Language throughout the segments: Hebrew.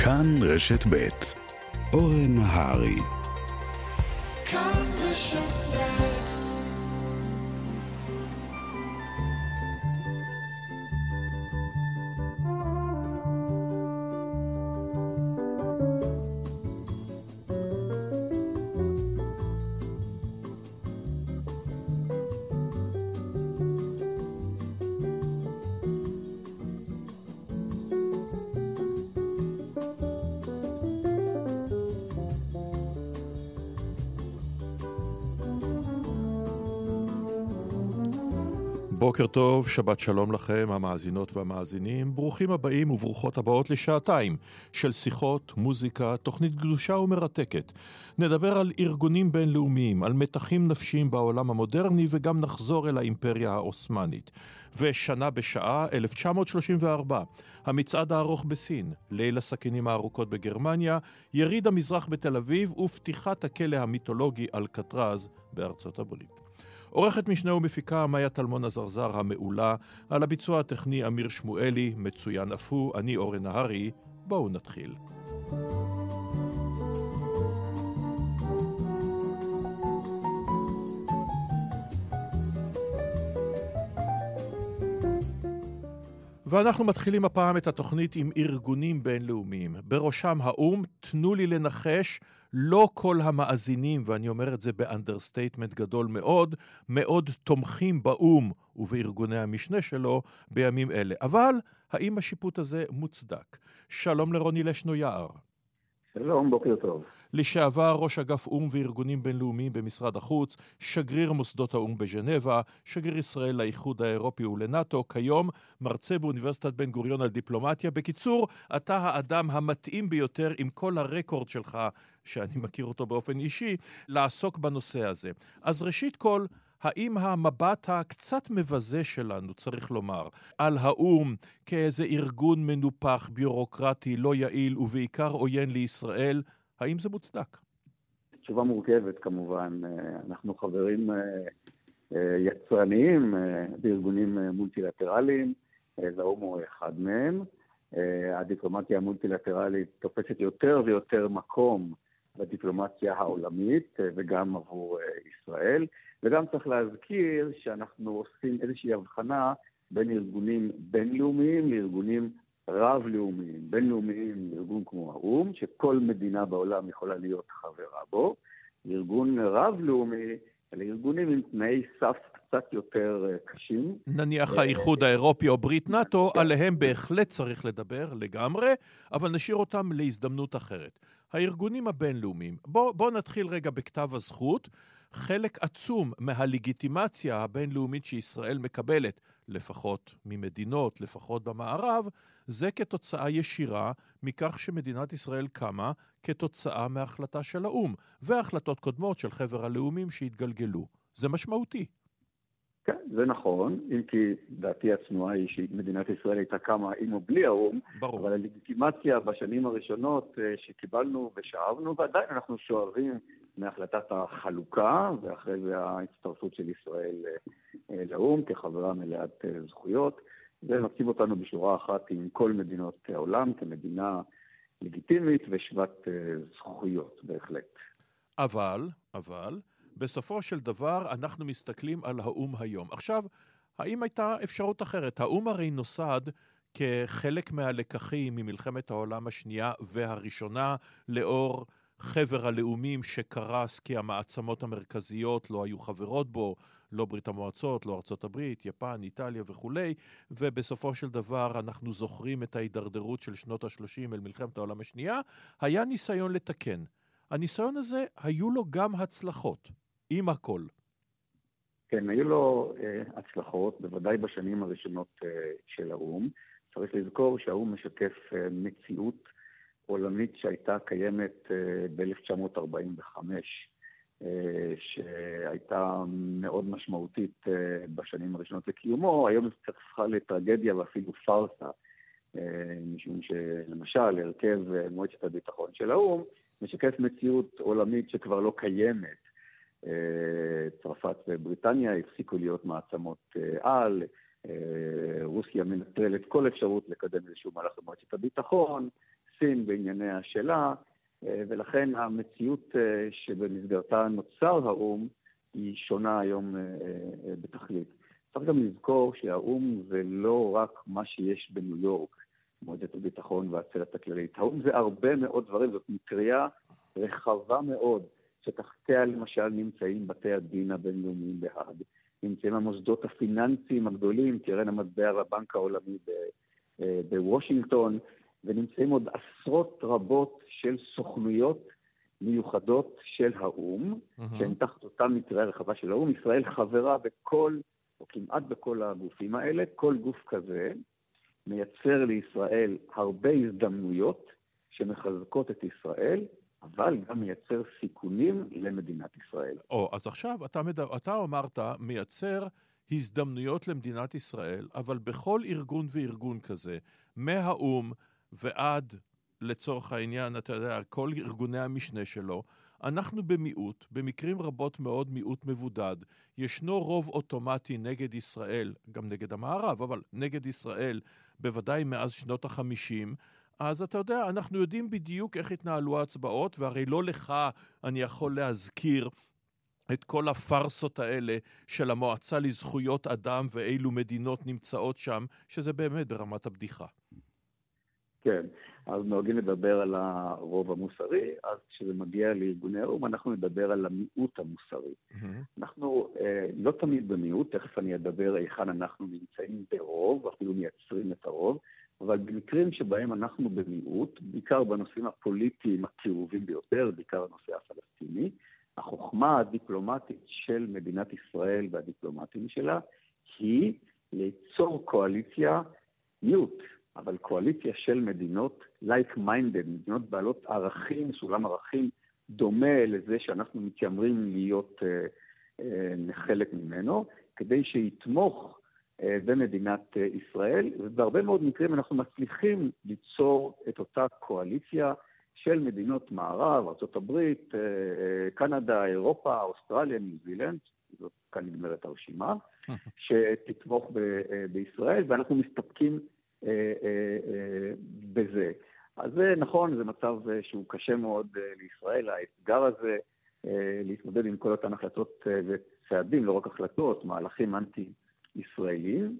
כאן רשת ב' אורן נהרי. כאן רשת ב'. בוקר טוב, שבת שלום לכם, המאזינות והמאזינים. ברוכים הבאים וברוכות הבאות לשעתיים של שיחות, מוזיקה, תוכנית גדושה ומרתקת. נדבר על ארגונים בינלאומיים, על מתחים נפשיים בעולם המודרני, וגם נחזור אל האימפריה האוסמנית. ושנה בשעה, 1934, המצעד הארוך בסין, ליל הסכינים הארוכות בגרמניה, יריד המזרח בתל אביב ופתיחת הכלא המיתולוגי אלקטרז בארצות הברית. עורכת משנה ומפיקה מאיה טלמון הזרזר המעולה, על הביצוע הטכני אמיר שמואלי, מצוין אף הוא, אני אורן נהרי. בואו נתחיל. ואנחנו מתחילים הפעם את התוכנית עם ארגונים בינלאומיים. בראשם האום, תנו לי לנחש, לא כל המאזינים, ואני אומר את זה באנדרסטייטמנט גדול מאוד, מאוד תומכים באום ובארגוני המשנה שלו בימים אלה. אבל האם השיפוט הזה מוצדק? שלום לרוני לשנו יער. שלום, בוקר טוב. לשעבר ראש אגף אום וארגונים בינלאומיים במשרד החוץ, שגריר מוסדות האום בז'נבה, שגריר ישראל לאיחוד האירופי ולנאטו, כיום מרצה באוניברסיטת בן גוריון על דיפלומטיה. בקיצור, אתה האדם המתאים ביותר עם כל הרקורד שלך, שאני מכיר אותו באופן אישי, לעסוק בנושא הזה. אז ראשית כל, האם המבט הקצת מבזה שלנו, צריך לומר, על האום כאיזה ארגון מנופח, ביורוקרטי, לא יעיל ובעיקר עוין לישראל, האם זה מוצדק? תשובה מורכבת כמובן. אנחנו חברים יצרניים בארגונים מולטילטרליים, והאום הוא אחד מהם. הדיפלומטיה המולטילטרלית תופסת יותר ויותר מקום בדיפלומטיה העולמית וגם עבור ישראל. וגם צריך להזכיר שאנחנו עושים איזושהי הבחנה בין ארגונים בינלאומיים לארגונים רב-לאומיים. בינלאומיים, ארגון כמו האום, שכל מדינה בעולם יכולה להיות חברה בו. ארגון רב-לאומי, אלה ארגונים עם תנאי סף קצת יותר קשים. נניח האיחוד האירופי או ברית נאטו, עליהם בהחלט צריך לדבר לגמרי, אבל נשאיר אותם להזדמנות אחרת. הארגונים הבינלאומיים, בוא נתחיל רגע בכתב הזכות. חלק עצום מהלגיטימציה הבינלאומית שישראל מקבלת, לפחות ממדינות, לפחות במערב, זה כתוצאה ישירה מכך שמדינת ישראל קמה כתוצאה מההחלטה של האום, והחלטות קודמות של חבר הלאומים שהתגלגלו. זה משמעותי. כן, זה נכון, אם כי דעתי הצנועה היא שמדינת ישראל הייתה קמה עם או בלי האום, אבל הלגיטימציה בשנים הראשונות שקיבלנו ושאבנו, ועדיין אנחנו שואבים מהחלטת החלוקה, ואחרי זה ההצטרפות של ישראל לאום כחברה מלאת זכויות, זה מציב אותנו בשורה אחת עם כל מדינות העולם כמדינה לגיטימית ושוות זכויות בהחלט. אבל, בסופו של דבר אנחנו מסתכלים על האום היום. עכשיו, האם הייתה אפשרות אחרת? האום הרי נוסד כחלק מהלקחים ממלחמת העולם השנייה והראשונה, לאור חבר הלאומים שקרס כי המעצמות המרכזיות לא היו חברות בו, לא ברית המועצות, לא ארצות הברית, יפן, איטליה וכו'. ובסופו של דבר אנחנו זוכרים את ההידרדרות של שנות ה-30 אל מלחמת העולם השנייה. היה ניסיון לתקן. הניסיון הזה היו לו גם הצלחות, עם הכל. כן, היו לו הצלחות, בוודאי בשנים הראשונות של האום. צריך לזכור שהאום משקף מציאות עולמית שהייתה קיימת ב-1945, שהייתה מאוד משמעותית בשנים הראשונות לקיומו. היום זה צריכה לטרגדיה ואפילו פרסה, משום שלמשל הרכב מועצת הביטחון של האום משקף מציאות עולמית שכבר לא קיימת. צרפת ובריטניה הפסיקו להיות מעצמות על, רוסיה מנטרלת כל אפשרות לקדם איזשהו מהלך במועצת הביטחון, סין בענייניה שלה, ולכן המציאות שבמסגרתה נוצר האום היא שונה היום בתכלית. צריך גם לזכור שהאום זה לא רק מה שיש בניו יורק, מועצת הביטחון והעצרת הכללית. האום זה הרבה מאוד דברים, זאת מטריה רחבה מאוד, שתחתיה למשל נמצאים בתי הדין הבינלאומיים בהאג, נמצאים המוסדות הפיננסיים הגדולים, קרן המטבע והבנק העולמי בוושינגטון, ונמצאים עוד עשרות רבות של סוכנויות מיוחדות של האום, שהן תחת אותה מטריה רחבה של האום. ישראל חברה בכל, או כמעט בכל הגופים האלה. כל גוף כזה מייצר לישראל הרבה הזדמנויות שמחזקות את ישראל, אבל גם מייצר סיכונים למדינת ישראל. אז עכשיו אתה אמרת מייצר הזדמנויות למדינת ישראל, אבל בכל ארגון וארגון כזה, מהאום ועד לצורך העניין, אתה יודע, כל ארגוני המשנה שלו, אנחנו במיעוט, במקרים רבות מאוד מיעוט מבודד. ישנו רוב אוטומטי נגד ישראל, גם נגד המערב, אבל נגד ישראל, בוודאי מאז שנות ה-50, אז אתה יודע, אנחנו יודעים בדיוק איך התנהלו ההצבעות, והרי לא לך אני יכול להזכיר את כל הפרסות האלה של המועצה לזכויות אדם ואילו מדינות נמצאות שם, שזה באמת ברמת הבדיחה. כן, אז נוהגים לדבר על הרוב המוסרי, אז כשזה מגיע לארגוני האום, אנחנו נדבר על המיעוט המוסרי. אנחנו לא תמיד במיעוט, תכף אני אדבר היכן אנחנו נמצאים ברוב, אפילו מייצרים את הרוב, אבל במקרים שבהם אנחנו במיעוט, בעיקר בנושאים הפוליטיים הכאובים ביותר, בעיקר הנושא הפלסטיני, החוכמה הדיפלומטית של מדינת ישראל והדיפלומטים שלה, היא ליצור קואליציה מיעוט, אבל קואליציה של מדינות like-minded, מדינות בעלות ערכים, סולם ערכים דומה לזה שאנחנו מתיימרים להיות חלק ממנו, כדי שיתמוך במדינת ישראל, ובהרבה מאוד מקרים אנחנו מצליחים ליצור את אותה קואליציה של מדינות מערב, ארצות הברית, קנדה, אירופה, אוסטרליה, ניו זילנד, זאת כאן נגמרת הרשימה, שתתמוך בישראל, ואנחנו מסתפקים בזה. אז זה נכון, זה מצב שהוא קשה מאוד לישראל, האתגר הזה להתמודד עם כל אותן החלטות וצעדים, לא רק החלטות, מהלכים אנטי-ישראלים,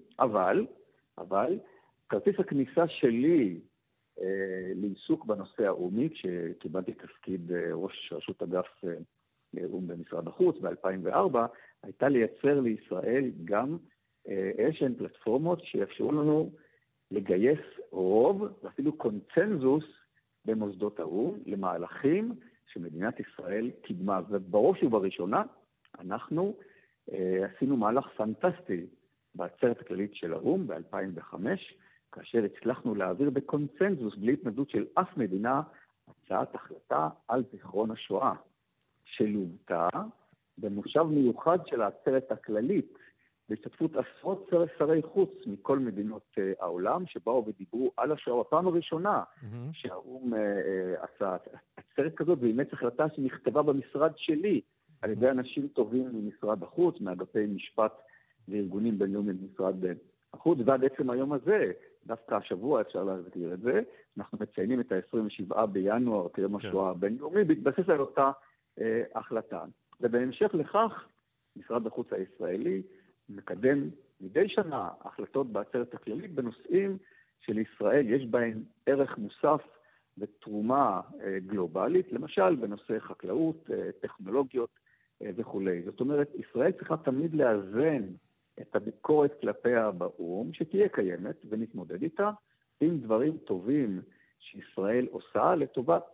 אבל כרטיס הכניסה שלי לעיסוק בנושא האומי, כשקיבלתי תפקיד ראש רשות אגף אום במשרד החוץ ב-2004, הייתה לייצר לישראל גם איזשהן פלטפורמות שיאפשרו לנו לגייס רוב ואפילו קונצנזוס במוסדות האום למהלכים שמדינת ישראל קידמה. ובראש ובראשונה אנחנו עשינו מהלך פנטסטי בעצרת הכללית של האום ב-2005, כאשר הצלחנו להעביר בקונצנזוס בלי התנגדות של אף מדינה הצעת החלטה על זיכרון השואה, שלוותה במושב מיוחד של העצרת הכללית, בהשתתפות עשרות שרי חוץ מכל מדינות העולם, שבאו ודיברו על השואה. הפעם הראשונה שהאום עשה עצרת כזאת, ואימץ החלטה שנכתבה במשרד שלי, על ידי אנשים טובים ממשרד החוץ, מאגפי משפט וארגונים בינלאומיים במשרד החוץ, ועד עצם היום הזה, דווקא השבוע אפשר להזכיר את זה, אנחנו מציינים את ה-27 בינואר, כיום השואה הבינלאומי, בהתבסס על אותה החלטה. ובהמשך לכך, משרד החוץ הישראלי מקדם מדי שנה החלטות בעצרת הכללית בנושאים שלישראל יש בהם ערך מוסף ותרומה גלובלית, למשל בנושא חקלאות, טכנולוגיות וכו'. זאת אומרת, ישראל צריכה תמיד לאזן את הביקורת כלפיה באום, שתהיה קיימת ונתמודד איתה, עם דברים טובים שישראל עושה לטובת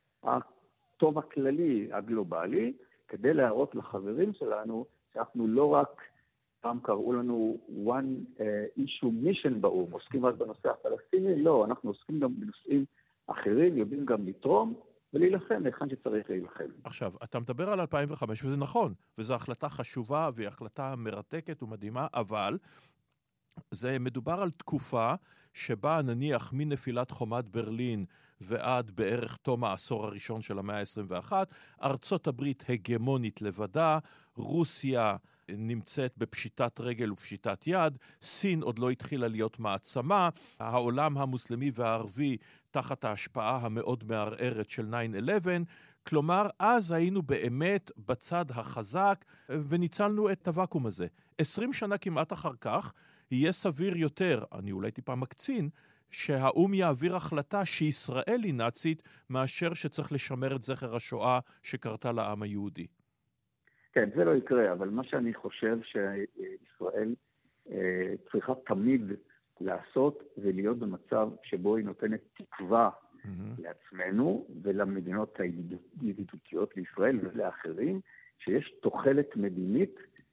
הטוב הכללי הגלובלי, כדי להראות לחברים שלנו שאנחנו לא רק, פעם קראו לנו one issue mission באום, עוסקים רק בנושא הפלסטיני, לא, אנחנו עוסקים גם בנושאים אחרים, יודעים גם לתרום ולהילחם היכן שצריך להילחם. עכשיו, אתה מדבר על 2005, וזה נכון, וזו החלטה חשובה והיא החלטה מרתקת ומדהימה, אבל זה מדובר על תקופה שבה נניח מנפילת חומת ברלין ועד בערך תום העשור הראשון של המאה ה-21, ארצות הברית הגמונית לבדה, רוסיה נמצאת בפשיטת רגל ופשיטת יד, סין עוד לא התחילה להיות מעצמה, העולם המוסלמי והערבי תחת ההשפעה המאוד מערערת של 9/11, כלומר, אז היינו באמת בצד החזק וניצלנו את הוואקום הזה. 20 שנה כמעט אחר כך, יהיה סביר יותר, אני אולי טיפה מקצין, שהאום יעביר החלטה שישראל היא נאצית, מאשר שצריך לשמר את זכר השואה שקרתה לעם היהודי. כן, זה לא יקרה, אבל מה שאני חושב שישראל צריכה תמיד לעשות, זה להיות במצב שבו היא נותנת תקווה לעצמנו ולמדינות הידידותיות לישראל ולאחרים, שיש תוחלת מדינית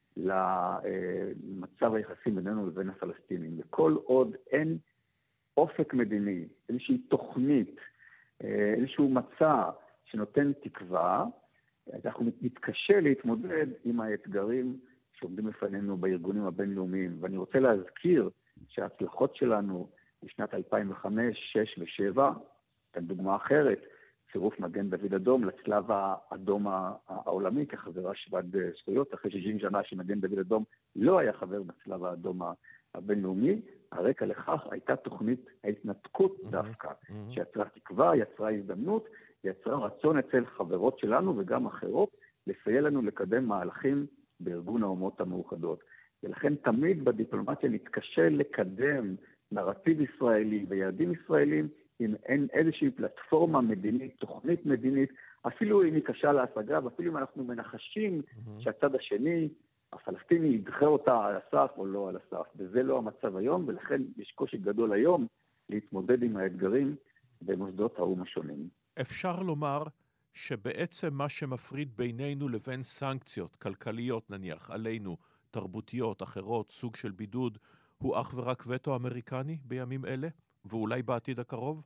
למצב היחסים בינינו לבין הפלסטינים. וכל עוד אין אופק מדיני, איזושהי תוכנית, איזשהו מצע שנותן תקווה, אנחנו נתקשה להתמודד עם האתגרים שעומדים לפנינו בארגונים הבינלאומיים. ואני רוצה להזכיר שההצלחות שלנו בשנת 2005, 6 ו-7, דוגמה אחרת, צירוף מגן דוד אדום לצלב האדום העולמי כחברה שוות זכויות, אחרי 60 שנה שמגן דוד אדום לא היה חבר בצלב האדום הבינלאומי, הרקע לכך הייתה תוכנית ההתנתקות דווקא, שיצרה תקווה, יצרה הזדמנות, יצרה רצון אצל חברות שלנו וגם אחרות, לסייע לנו לקדם מהלכים בארגון האומות המאוחדות. ולכן תמיד בדיפלומטיה נתקשה לקדם נרטיב ישראלי ויעדים ישראלים, אם אין איזושהי פלטפורמה מדינית, תוכנית מדינית, אפילו אם היא קשה להשגה, ואפילו אם אנחנו מנחשים שהצד השני, הפלסטיני, ידחה אותה על הסף או לא על הסף. וזה לא המצב היום, ולכן יש קושי גדול היום להתמודד עם האתגרים במוסדות האו"ם השונים. אפשר לומר שבעצם מה שמפריד בינינו לבין סנקציות כלכליות נניח, עלינו, תרבותיות, אחרות, סוג של בידוד, הוא אך ורק וטו אמריקני בימים אלה? ואולי בעתיד הקרוב?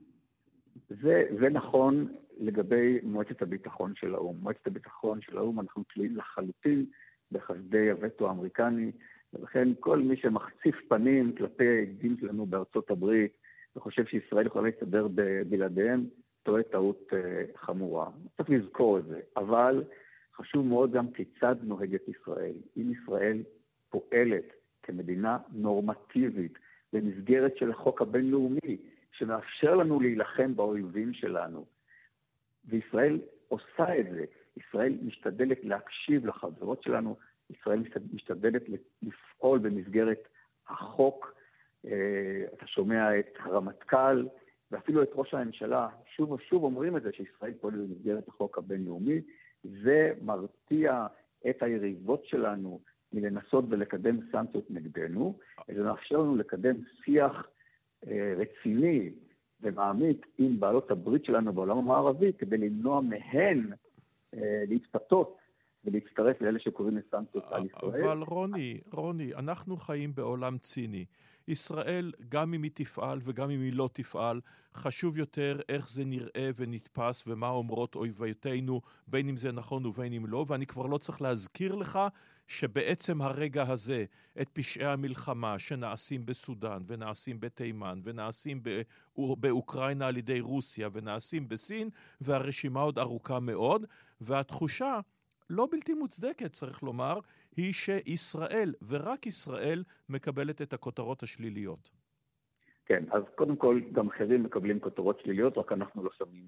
זה נכון לגבי מועצת הביטחון של האו"ם. מועצת הביטחון של האו"ם אנחנו תלויים לחלוטין בחסדי הווטו האמריקני, ולכן כל מי שמחציף פנים כלפי העדים שלנו בארצות הברית, וחושב שישראל יכולה להסתדר בלעדיהם, טועה טעות חמורה. צריך לזכור את זה. אבל חשוב מאוד גם כיצד נוהגת ישראל. אם ישראל פועלת כמדינה נורמטיבית, במסגרת של החוק הבינלאומי, שמאפשר לנו להילחם באויבים שלנו. וישראל עושה את זה. ישראל משתדלת להקשיב לחברות שלנו, ישראל משתדלת לפעול במסגרת החוק. אתה שומע את הרמטכ"ל, ואפילו את ראש הממשלה, שוב ושוב אומרים את זה, שישראל פועלת במסגרת החוק הבינלאומי. זה מרתיע את היריבות שלנו מלנסות ולקדם סנקציות נגדנו, זה מאפשר לנו לקדם שיח רציני ומעמיק עם בעלות הברית שלנו בעולם המערבי, כדי למנוע מהן להתפתות ולהצטרף לאלה שקוראים לסנקציות על ישראל. אבל רוני, אנחנו חיים בעולם ציני. ישראל, גם אם היא תפעל וגם אם היא לא תפעל, חשוב יותר איך זה נראה ונתפס ומה אומרות אויביותינו, בין אם זה נכון ובין אם לא, ואני כבר לא צריך להזכיר לך שבעצם הרגע הזה, את פשעי המלחמה שנעשים בסודן ונעשים בתימן ונעשים באוקראינה על ידי רוסיה ונעשים בסין, והרשימה עוד ארוכה מאוד, והתחושה לא בלתי מוצדקת, צריך לומר, היא שישראל ורק ישראל מקבלת את הכותרות השליליות. כן, אז קודם כל גם אחרים מקבלים כותרות שליליות, רק אנחנו לא שמים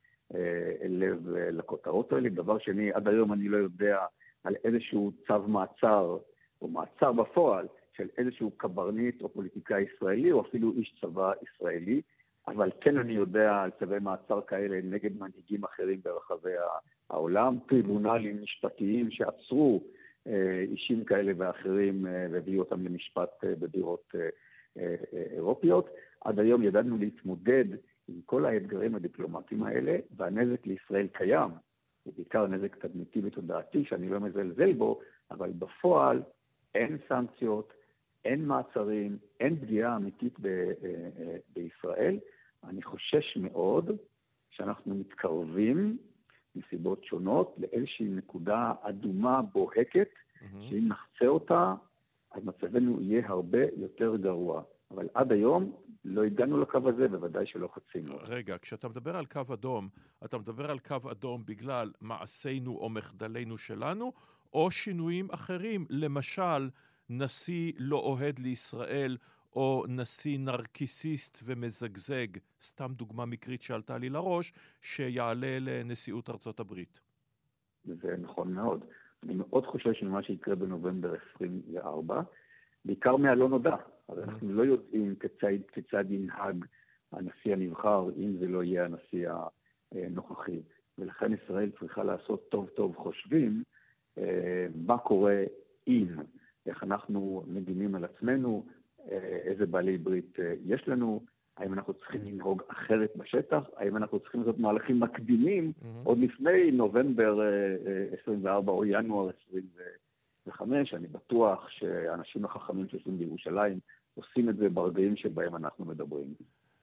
לב לכותרות האלה. דבר שני, עד היום אני לא יודע על איזשהו צו מעצר או מעצר בפועל של איזשהו קברניט או פוליטיקאי ישראלי או אפילו איש צבא ישראלי, אבל כן אני יודע על צווי מעצר כאלה נגד מנהיגים אחרים ברחבי העולם, טריבונלים משפטיים שעצרו אישים כאלה ואחרים והביאו אותם למשפט בבירות אירופיות. עד היום ידענו להתמודד עם כל האתגרים הדיפלומטיים האלה, והנזק לישראל קיים, ובעיקר נזק תדמיתי ותודעתי שאני לא מזלזל בו, אבל בפועל אין סנקציות, אין מעצרים, אין פגיעה אמיתית בישראל. אני חושש מאוד שאנחנו מתקרבים מסיבות שונות לאיזושהי נקודה אדומה בוהקת, שאם נחצה אותה, אז מצבנו יהיה הרבה יותר גרוע. אבל עד היום לא הגענו לקו הזה, בוודאי שלא חצינו. רגע, כשאתה מדבר על קו אדום, אתה מדבר על קו אדום בגלל מעשינו או מחדלינו שלנו, או שינויים אחרים, למשל נשיא לא אוהד לישראל, או נשיא נרקיסיסט ומזגזג, סתם דוגמה מקרית שעלתה לי לראש, שיעלה לנשיאות ארצות הברית. זה נכון מאוד. אני מאוד חושש ממה שיקרה בנובמבר 24, בעיקר מהלא נודע. אז אנחנו לא יודעים כיצד ינהג הנשיא הנבחר, אם זה לא יהיה הנשיא הנוכחי. ולכן ישראל צריכה לעשות טוב טוב חושבים מה קורה אם, איך אנחנו מגינים על עצמנו, איזה בעלי ברית יש לנו, האם אנחנו צריכים לנהוג אחרת בשטח, האם אנחנו צריכים לעשות מהלכים מקדימים עוד לפני נובמבר 24 או ינואר 25. אני בטוח שהאנשים החכמים שיושבים בירושלים עושים את זה ברגעים שבהם אנחנו מדברים.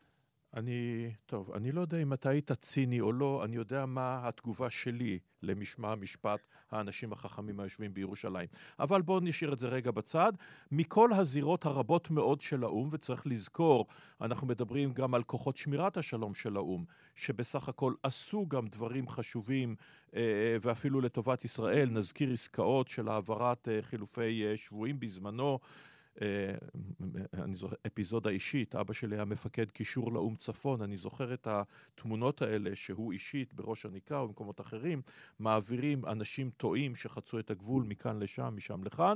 אני לא יודע אם אתה היית ציני או לא, אני יודע מה התגובה שלי למשמע המשפט האנשים החכמים היושבים בירושלים. אבל בואו נשאיר את זה רגע בצד. מכל הזירות הרבות מאוד של האום, וצריך לזכור, אנחנו מדברים גם על כוחות שמירת השלום של האום, שבסך הכל עשו גם דברים חשובים, ואפילו לטובת ישראל, נזכיר עסקאות של העברת חילופי שבויים בזמנו, אני זוכר אפיזודה אישית, אבא שלי היה מפקד קישור לאום צפון, אני זוכר את התמונות האלה שהוא אישית בראש הניקה או במקומות אחרים, מעבירים אנשים טועים שחצו את הגבול מכאן לשם, משם לכאן,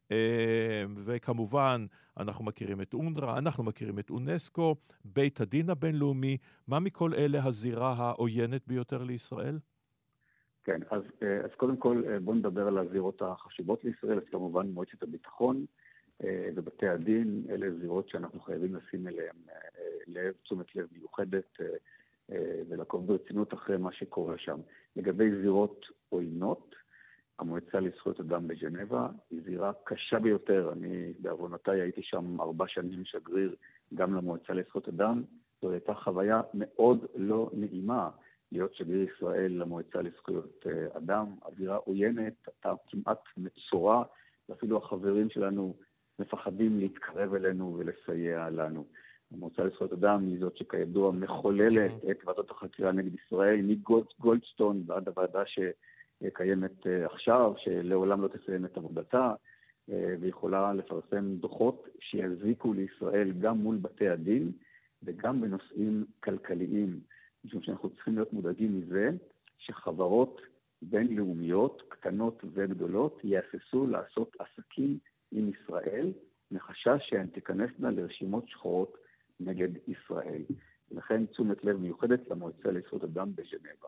וכמובן אנחנו מכירים את אונדרה, אנחנו מכירים את אונסקו, בית הדין הבינלאומי. מה מכל אלה הזירה העוינת ביותר לישראל? כן, אז קודם כל בוא נדבר על הזירות החשובות לישראל, אז כמובן מועצת הביטחון, ובתי הדין, אלה זירות שאנחנו חייבים לשים אליהם תשומת לב מיוחדת ולעקוב ברצינות אחרי מה שקורה שם. לגבי זירות עוינות, המועצה לזכויות אדם בז'נבה היא זירה קשה ביותר. אני בעוונותיי הייתי שם 4 שנים שגריר גם למועצה לזכויות אדם. זו הייתה חוויה מאוד לא נעימה להיות שגריר ישראל למועצה לזכויות אדם. הזירה עוינת, אתה כמעט מצורע, ואפילו החברים שלנו מפחדים להתקרב אלינו ולסייע לנו. המועצה לזכויות אדם היא זאת שכידוע מחוללת את ועדות החקירה נגד ישראל, מגולדסטון ועד הוועדה שקיימת עכשיו, שלעולם לא תסיים את עבודתה, ויכולה לפרסם דוחות שיזיקו לישראל גם מול בתי הדין, וגם בנושאים כלכליים. משום שאנחנו צריכים להיות מודאגים מזה שחברות בינלאומיות, קטנות וגדולות, יאססו לעשות עסקים עם ישראל, מחשש שהן תיכנסנה לרשימות שחורות נגד ישראל. לכן תשומת לב מיוחדת למועצה לזכויות אדם בז'נבה.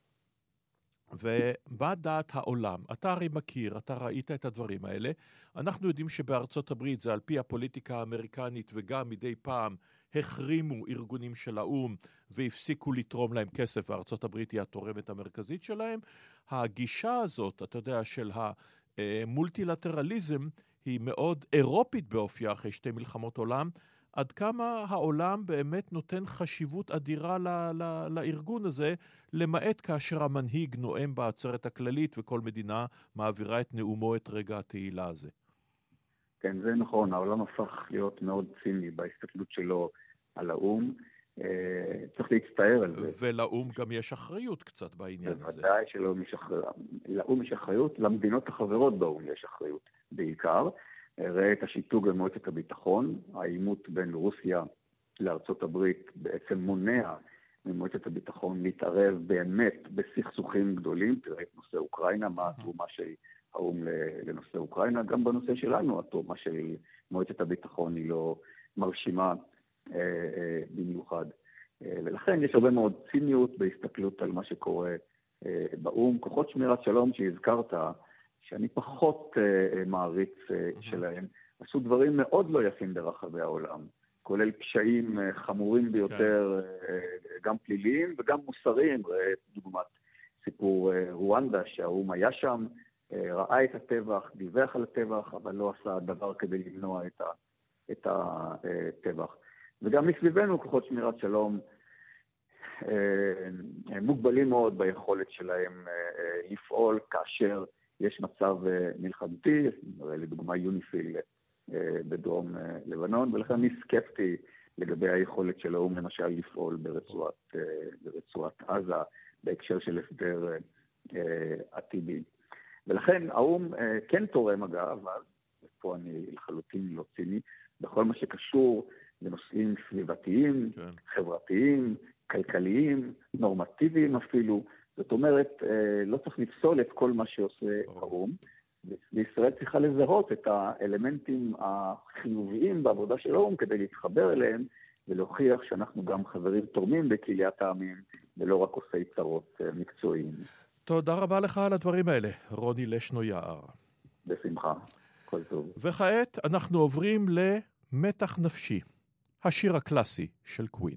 ומה דעת העולם? אתה הרי מכיר, אתה ראית את הדברים האלה. אנחנו יודעים שבארצות הברית זה על פי הפוליטיקה האמריקנית, וגם מדי פעם החרימו ארגונים של האום והפסיקו לתרום להם כסף, וארצות הברית היא התורמת המרכזית שלהם. הגישה הזאת, אתה יודע, של המולטילטרליזם, היא מאוד אירופית באופייה אחרי 2 מלחמות עולם. עד כמה העולם באמת נותן חשיבות אדירה לארגון הזה, למעט כאשר המנהיג נואם בעצרת הכללית וכל מדינה מעבירה את נאומו את רגע התהילה הזה. כן, זה נכון. העולם הפך להיות מאוד ציני בהסתכלות שלו על האום. צריך להצטער על זה. ולאום גם יש אחריות קצת בעניין הזה. בוודאי לאום יש אחריות, למדינות החברות באום יש אחריות בעיקר. ראה את השיתוק במועצת הביטחון, העימות בין רוסיה לארצות הברית בעצם מונע ממועצת הביטחון להתערב באמת בסכסוכים גדולים. תראה את נושא אוקראינה, מה התרומה של האום לנושא אוקראינה, גם בנושא שלנו התרומה של מועצת הביטחון היא לא מרשימה במיוחד. ולכן יש הרבה מאוד ציניות בהסתכלות על מה שקורה באום. כוחות שמירת שלום שהזכרת, שאני פחות מעריץ שלהם, עשו דברים מאוד לא יפים ברחבי העולם, כולל פשעים חמורים ביותר, גם פליליים וגם מוסריים. דוגמת סיפור רואנדה, שהאום היה שם, ראה את הטבח, דיווח על הטבח, אבל לא עשה דבר כדי למנוע את הטבח. וגם מסביבנו כוחות שמירת שלום מוגבלים מאוד ביכולת שלהם לפעול כאשר יש מצב מלחמתי, לדוגמה יוניפיל בדרום לבנון, ולכן אני סקפטי לגבי היכולת של האום למשל לפעול ברצועת עזה בהקשר של הסדר עתידי. ולכן האו"ם כן תורם אגב, אבל פה אני לחלוטין לא ציני, בכל מה שקשור לנושאים סביבתיים, כן. חברתיים, כלכליים, נורמטיביים אפילו. זאת אומרת, לא צריך לפסול את כל מה שעושה האו"ם, וישראל צריכה לזהות את האלמנטים החיוביים בעבודה של האו"ם כדי להתחבר אליהם, ולהוכיח שאנחנו גם חברים תורמים בקהיליית העמים, ולא רק עושי צרות מקצועיים. תודה רבה לך על הדברים האלה, רוני לשנו יער. בשמחה, כל טוב. וכעת אנחנו עוברים למתח נפשי, השיר הקלאסי של קווין.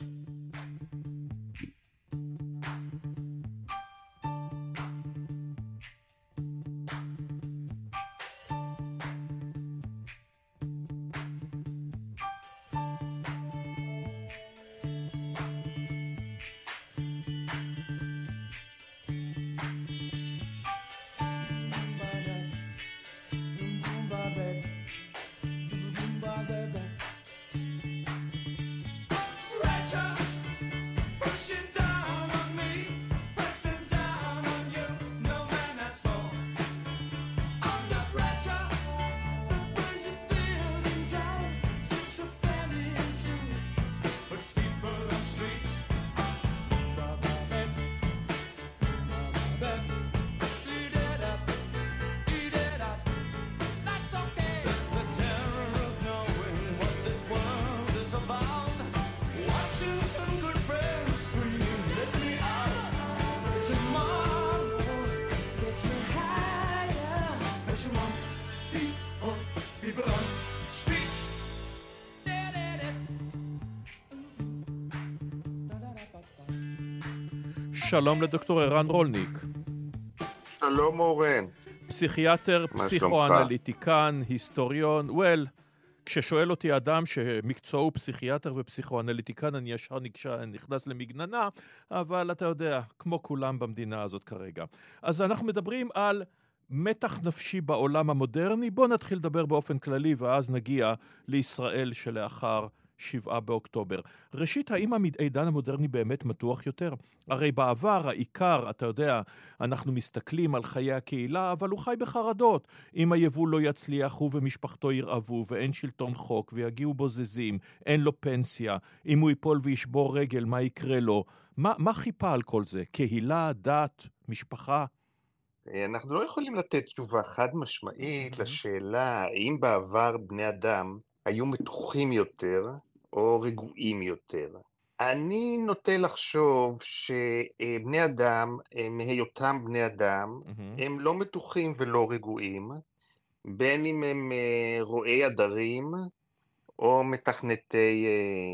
שלום לדוקטור ערן רולניק. שלום אורן. פסיכיאטר, פסיכואנליטיקן, היסטוריון. כששואל אותי אדם שמקצועו הוא פסיכיאטר ופסיכואנליטיקן, אני ישר נכנס למגננה, אבל אתה יודע, כמו כולם במדינה הזאת כרגע. אז אנחנו מדברים על מתח נפשי בעולם המודרני. בוא נתחיל לדבר באופן כללי, ואז נגיע לישראל שלאחר 7 באוקטובר. ראשית, האם העידן המודרני באמת מתוח יותר? הרי בעבר, העיקר, אתה יודע, אנחנו מסתכלים על חיי הקהילה, אבל הוא חי בחרדות. אם היבול לא יצליח, הוא ומשפחתו ירעבו, ואין שלטון חוק, ויגיעו בוזזים, אין לו פנסיה. אם הוא ייפול וישבור רגל, מה יקרה לו? מה חיפה על כל זה? קהילה, דת, משפחה? אנחנו לא יכולים לתת תשובה חד משמעית לשאלה האם בעבר בני אדם היו מתוחים יותר או רגועים יותר. אני נוטה לחשוב שבני אדם, מהיותם בני אדם, הם לא מתוחים ולא רגועים, בין אם הם רואי עדרים או מתכנתי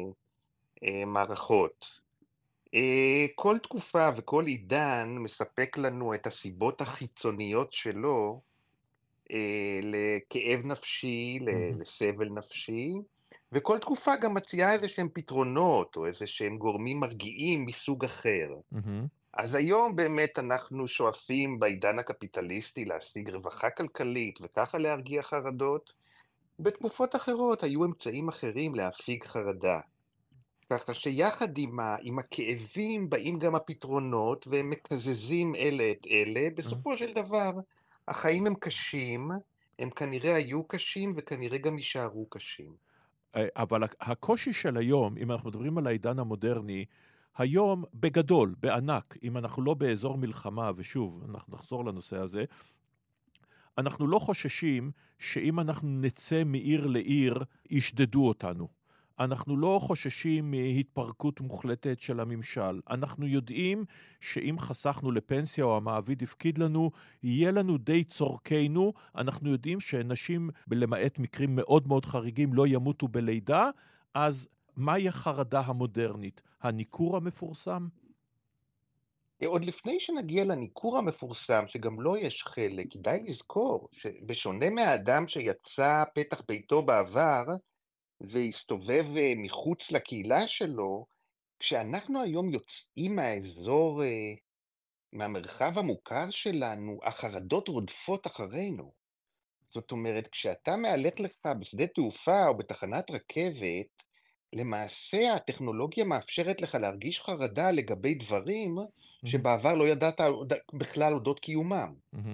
מערכות. כל תקופה וכל עידן מספק לנו את הסיבות החיצוניות שלו לכאב נפשי, לסבל נפשי, וכל תקופה גם מציעה איזה שהם פתרונות, או איזה שהם גורמים מרגיעים מסוג אחר. אז היום באמת אנחנו שואפים בעידן הקפיטליסטי להשיג רווחה כלכלית, וככה להרגיע חרדות. בתקופות אחרות היו אמצעים אחרים להפיג חרדה. ככה שיחד עם הכאבים באים גם הפתרונות, והם מקזזים אלה את אלה. בסופו של דבר, החיים הם קשים, הם כנראה היו קשים, וכנראה גם יישארו קשים. אבל הקושי של היום, אם אנחנו מדברים על העידן המודרני, היום בגדול, בענק, אם אנחנו לא באזור מלחמה, ושוב, אנחנו נחזור לנושא הזה, אנחנו לא חוששים שאם אנחנו נצא מעיר לעיר, ישדדו אותנו. אנחנו לא חוששים מהתפרקות מוחלטת של הממשל. אנחנו יודעים שאם חסכנו לפנסיה או המעביד הפקיד לנו, יהיה לנו די צורכנו. אנחנו יודעים שנשים, למעט מקרים מאוד מאוד חריגים, לא ימותו בלידה. אז מהי החרדה המודרנית? הניכור המפורסם? עוד לפני שנגיע לניכור המפורסם, שגם לו יש חלק, כדאי לזכור שבשונה מהאדם שיצא פתח ביתו בעבר, והסתובב מחוץ לקהילה שלו, כשאנחנו היום יוצאים מהאזור, מהמרחב המוכר שלנו, החרדות רודפות אחרינו. זאת אומרת, כשאתה מהלך לך בשדה תעופה או בתחנת רכבת, למעשה הטכנולוגיה מאפשרת לך להרגיש חרדה לגבי דברים שבעבר לא ידעת בכלל אודות קיומם.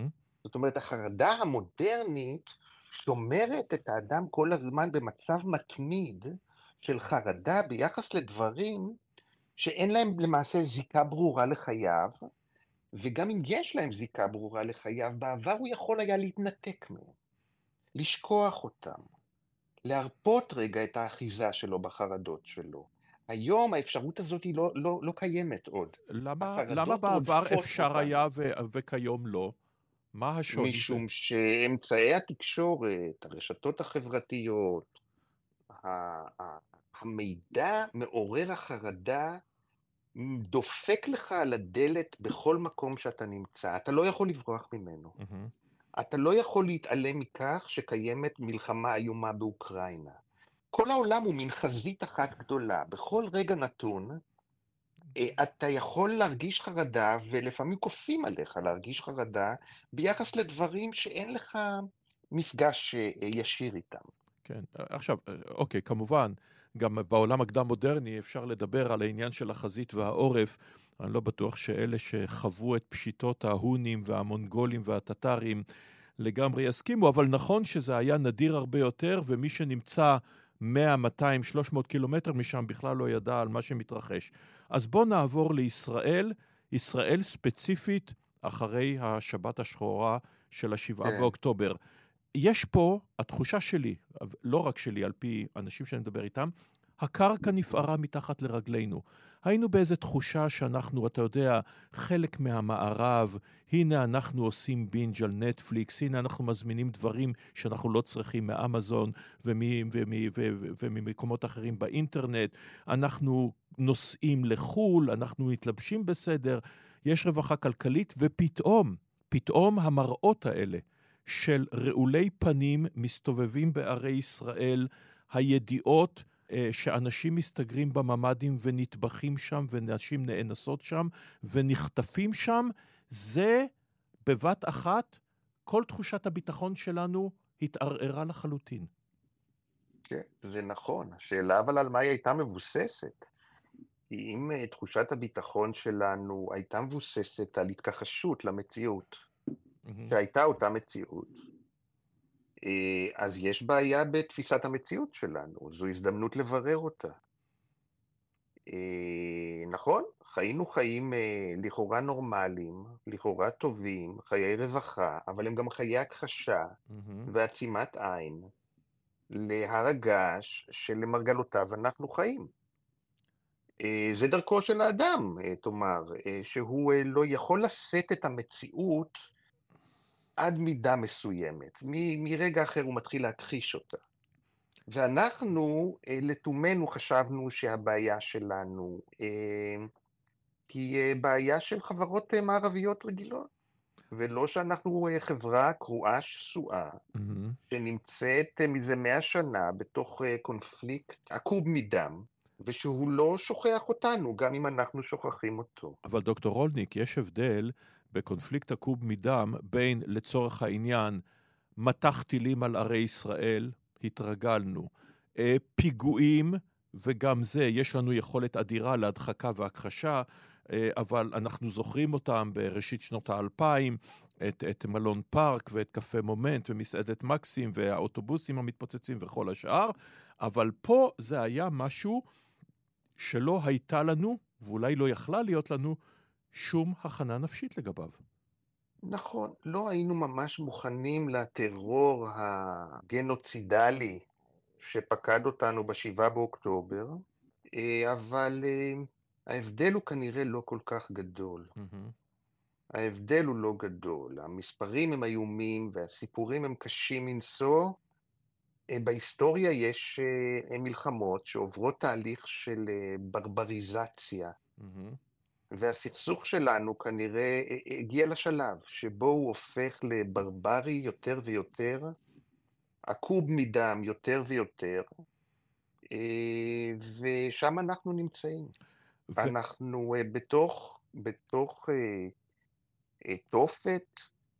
זאת אומרת, החרדה המודרנית שומרת את האדם כל הזמן במצב מתמיד של חרדה ביחס לדברים שאין להם למעשה זיקה ברורה לחייו, וגם אם יש להם זיקה ברורה לחייו, בעבר הוא יכול היה להתנתק מהם, לשכוח אותם, להרפות רגע את האחיזה שלו בחרדות שלו. היום האפשרות הזאת היא לא קיימת עוד. למה בעבר אפשר היה וכיום לא? מה השוני? משום שאמצעי התקשורת, הרשתות החברתיות, המידע מעורר החרדה, דופק לך על הדלת בכל מקום שאתה נמצא. אתה לא יכול לברוח ממנו. אתה לא יכול להתעלם מכך שקיימת מלחמה איומה באוקראינה. כל העולם הוא מין חזית אחת גדולה. בכל רגע נתון, אתה יכול להרגיש חרדה, ולפעמים כופים עליך להרגיש חרדה, ביחס לדברים שאין לך מפגש ישיר איתם. כן, עכשיו, אוקיי, כמובן, גם בעולם הקדם-מודרני אפשר לדבר על העניין של החזית והעורף. אני לא בטוח שאלה שחוו את פשיטות ההונים והמונגולים והטטרים לגמרי יסכימו, אבל נכון שזה היה נדיר הרבה יותר, ומי שנמצא 100, 200, 300 קילומטר משם בכלל לא ידע על מה שמתרחש. אז בוא נעבור לישראל, ישראל ספציפית אחרי השבת השחורה של ה7 באוקטובר. יש פה, התחושה שלי, לא רק שלי, על פי אנשים שאני מדבר איתם, הקרקע נפערה מתחת לרגלינו. היינו באיזו תחושה שאנחנו, אתה יודע, חלק מהמערב, הנה אנחנו עושים בינג' על נטפליקס, הנה אנחנו מזמינים דברים שאנחנו לא צריכים מאמזון וממקומות אחרים באינטרנט, אנחנו נוסעים לחול, אנחנו מתלבשים בסדר, יש רווחה כלכלית, ופתאום המראות האלה, של רעולי פנים מסתובבים בערי ישראל, הידיעות שאנשים מסתגרים בממדים ונטבחים שם, ונשים נאנסות שם, ונחטפים שם, זה בבת אחת, כל תחושת הביטחון שלנו התערערה לחלוטין. כן, זה נכון. השאלה אבל על מה היא הייתה מבוססת. אם תחושת הביטחון שלנו הייתה מבוססת על התכחשות למציאות, שהייתה אותה מציאות, אז יש בעיה בתפיסת המציאות שלנו, זו הזדמנות לברר אותה. נכון, חיינו חיים לכאורה נורמליים, לכאורה טובים, חיי רווחה, אבל הם גם חיי הכחשה ועצימת עין להר הגעש שלמרגלותיו אנחנו חיים. זה דרכו של האדם, תאמר, שהוא לא יכול לשאת את המציאות עד מידה מסוימת. מרגע אחר הוא מתחיל להכחיש אותה. ואנחנו לתומנו חשבנו שהבעיה שלנו היא בעיה של חברות מערביות רגילות, ולא שאנחנו חברה קרועה שסועה, שנמצאת מזה 100 שנה בתוך קונפליקט עקוב מדם, ושהוא לא שוכח אותנו, גם אם אנחנו שוכחים אותו. אבל דוקטור רולניק, יש הבדל בקונפליקט עקוב מדם בין, לצורך העניין, מטח טילים על ערי ישראל, התרגלנו, פיגועים, וגם זה, יש לנו יכולת אדירה להדחקה והכחשה, אבל אנחנו זוכרים אותם בראשית שנות ה-2000, את מלון פארק ואת קפה מומנט ומסעדת מקסים והאוטובוסים המתפוצצים וכל השאר, אבל פה זה היה משהו שלא הייתה לנו, ואולי לא יכלה להיות לנו, שום הכנה נפשית לגביו. נכון, לא היינו ממש מוכנים לטרור הגנוצידלי שפקד אותנו ב7 באוקטובר, אבל ההבדל הוא כנראה לא כל כך גדול. ההבדל הוא לא גדול. המספרים הם איומים והסיפורים הם קשים מנשוא. בהיסטוריה יש מלחמות שעוברות תהליך של ברבריזציה. והסכסוך שלנו כנראה הגיע לשלב שבו הוא הופך לברברי יותר ויותר, עקוב מדם יותר ויותר, ושם אנחנו נמצאים. אנחנו בתוך תופת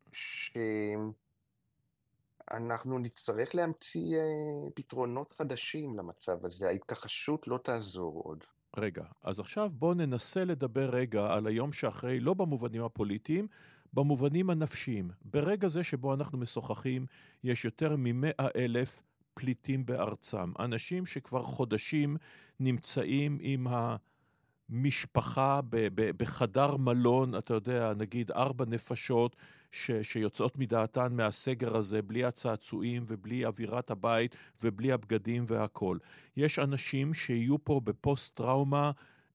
שאנחנו נצטרך להמציא פתרונות חדשים למצב הזה. ההתכחשות לא תעזור עוד. רגע, אז עכשיו בואו ננסה לדבר רגע על היום שאחרי, לא במובנים הפוליטיים, במובנים הנפשיים. ברגע זה שבו אנחנו משוחחים, יש יותר מ100,000 פליטים בארצם. אנשים שכבר חודשים נמצאים עם המשפחה בחדר מלון, אתה יודע, נגיד 4 נפשות שיוצאות מדעתן מהסגר הזה, בלי הצעצועים ובלי אווירת הבית ובלי הבגדים והכל. יש אנשים שיהיו פה בפוסט-טראומה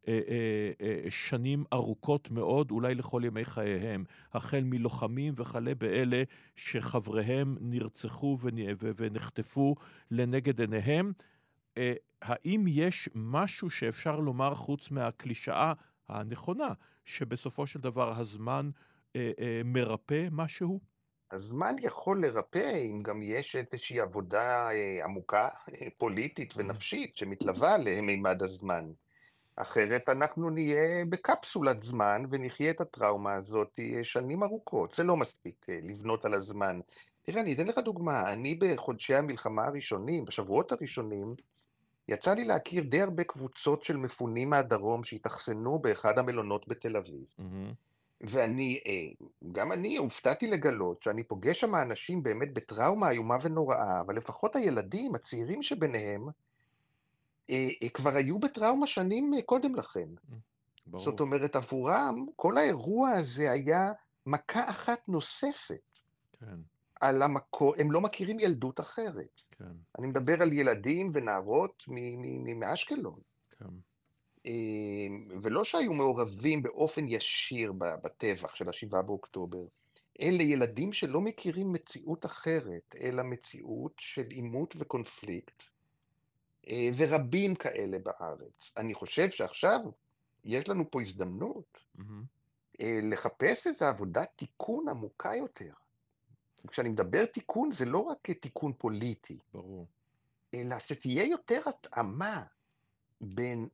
שנים ארוכות מאוד, אולי לכל ימי חייהם, החל מלוחמים וכלה באלה שחבריהם נרצחו ונחטפו לנגד עיניהם. האם יש משהו שאפשר לומר חוץ מהקלישאה הנכונה, שבסופו של דבר הזמן מרפא משהו? הזמן יכול לרפא אם גם יש איזושהי עבודה עמוקה, פוליטית ונפשית שמתלווה למימד הזמן. אחרת אנחנו נהיה בקפסולת זמן ונחיה את הטראומה הזאת שנים ארוכות. זה לא מספיק לבנות על הזמן. תראה, אני אתן לך דוגמה. אני בחודשי המלחמה הראשונים, בשבועות הראשונים, יצא לי להכיר די הרבה קבוצות של מפונים מהדרום שהתאכסנו באחד המלונות בתל אביב. ואני, גם אני הופתעתי לגלות שאני פוגש שם אנשים באמת בטראומה איומה ונוראה, אבל לפחות הילדים, הצעירים שביניהם, כבר היו בטראומה שנים קודם לכן. ברור. זאת אומרת, עבורם, כל האירוע הזה היה מכה אחת נוספת. כן. על המקור, הם לא מכירים ילדות אחרת. כן. אני מדבר על ילדים ונערות מאשקלון. כן. ולא שהיו מעורבים באופן ישיר בטבח של 7 באוקטובר. אלה ילדים שלא מכירים מציאות אחרת, אלא מציאות של עימות וקונפליקט. ורבים כאלה בארץ. אני חושב שעכשיו יש לנו פה הזדמנות לחפש איזו עבודת תיקון עמוקה יותר. כשאני מדבר תיקון, זה לא רק תיקון פוליטי. ברור. אלא שתהיה יותר התאמה בין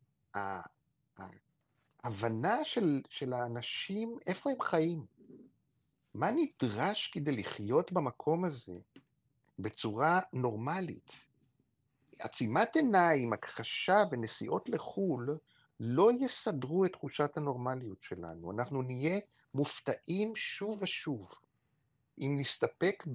ההבנה של האנשים, איפה הם חיים. מה נדרש כדי לחיות במקום הזה בצורה נורמלית? עצימת עיניים, הכחשה ונסיעות לחול לא יסדרו את תחושת הנורמליות שלנו. אנחנו נהיה מופתעים שוב ושוב. אם נסתפק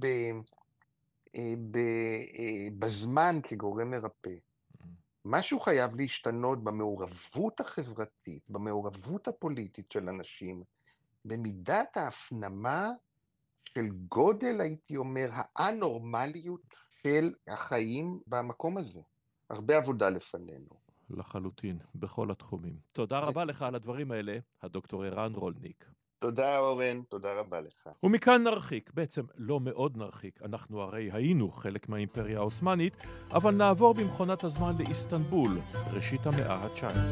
בזמן כגורם מרפא. משהו חייב להשתנות במעורבות החברתית, במעורבות הפוליטית של אנשים, במידת ההפנמה של גודל, הייתי אומר, האנורמליות של החיים במקום הזה. הרבה עבודה לפנינו. לחלוטין, בכל התחומים. תודה רבה לך על הדברים האלה, הדוקטור ערן רולניק. תודה אורן, תודה רבה לך. ומכאן נרחיק, בעצם לא מאוד נרחיק, אנחנו הרי היינו חלק מהאימפריה העות'מאנית, אבל נעבור במכונת הזמן לאיסטנבול, ראשית המאה ה-19.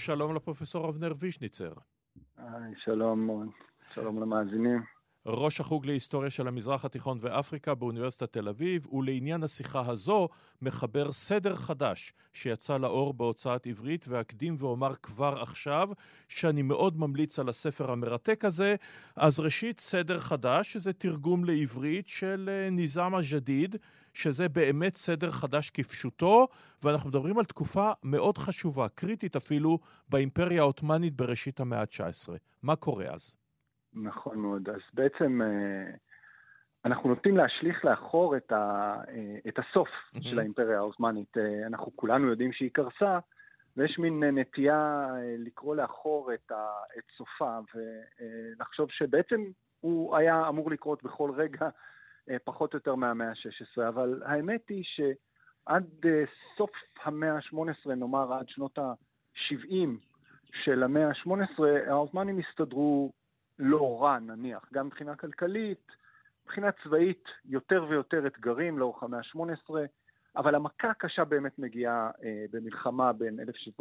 שלום לפרופסור אבנר וישניצר. שלום למאזינים. ראש החוג להיסטוריה של המזרח התיכון ואפריקה באוניברסיטת תל אביב, ולעניין השיחה הזו מחבר סדר חדש שיצא לאור בהוצאת עברית, ואקדים ואומר כבר עכשיו שאני מאוד ממליץ על הספר המרתק הזה. אז ראשית, סדר חדש, שזה תרגום לעברית של ניזאם אל-ג'דיד, שזה באמת סדר חדש כפשוטו, ואנחנו מדברים על תקופה מאוד חשובה, קריטית אפילו, באימפריה העות'מאנית בראשית המאה ה-19. מה קורה אז? נכון מאוד. אז בעצם אנחנו נוטים להשליך לאחור את הסוף של האימפריה העות'מאנית. אנחנו כולנו יודעים שהיא קרסה, ויש מין נטייה לקרוא לאחור את סופה, ולחשוב שבעצם הוא היה אמור לקרות בכל רגע פחות או יותר מהמאה ה-16. אבל האמת היא שעד סוף המאה ה-18, נאמר עד שנות ה-70 של המאה ה-18, העות'מאנים הסתדרו לא רע, נניח, גם מבחינה כלכלית, מבחינה צבאית, יותר ויותר אתגרים לאורך המאה ה-18, אבל המכה הקשה באמת מגיעה במלחמה בין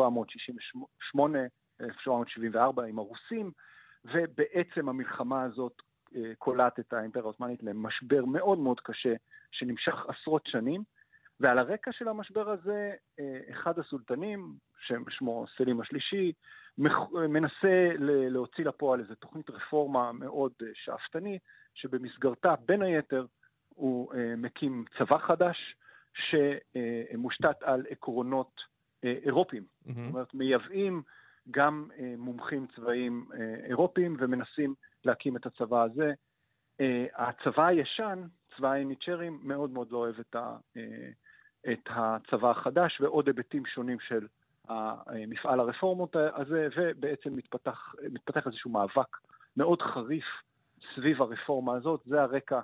1768-1774 עם הרוסים, ובעצם המלחמה הזאת קולט את האימפריה העות'מאנית למשבר מאוד מאוד קשה, שנמשך עשרות שנים, ועל הרקע של המשבר הזה, אחד הסולטנים, שמו סלים השלישי, מנסה להוציא לפועל איזו תוכנית רפורמה מאוד שאפתני, שבמסגרתה בין היתר הוא מקים צבא חדש, שמושתת על עקרונות אירופיים. זאת אומרת, מייבאים גם מומחים צבאיים אירופיים, ומנסים להקים את הצבא הזה. הצבא הישן, צבא היניצ'רים, מאוד מאוד לא אוהב את הצבא החדש, ועוד היבטים שונים של המפעל הרפורמות הזה, ובעצם מתפתח איזשהו מאבק מאוד חריף סביב הרפורמה הזאת. זה הרקע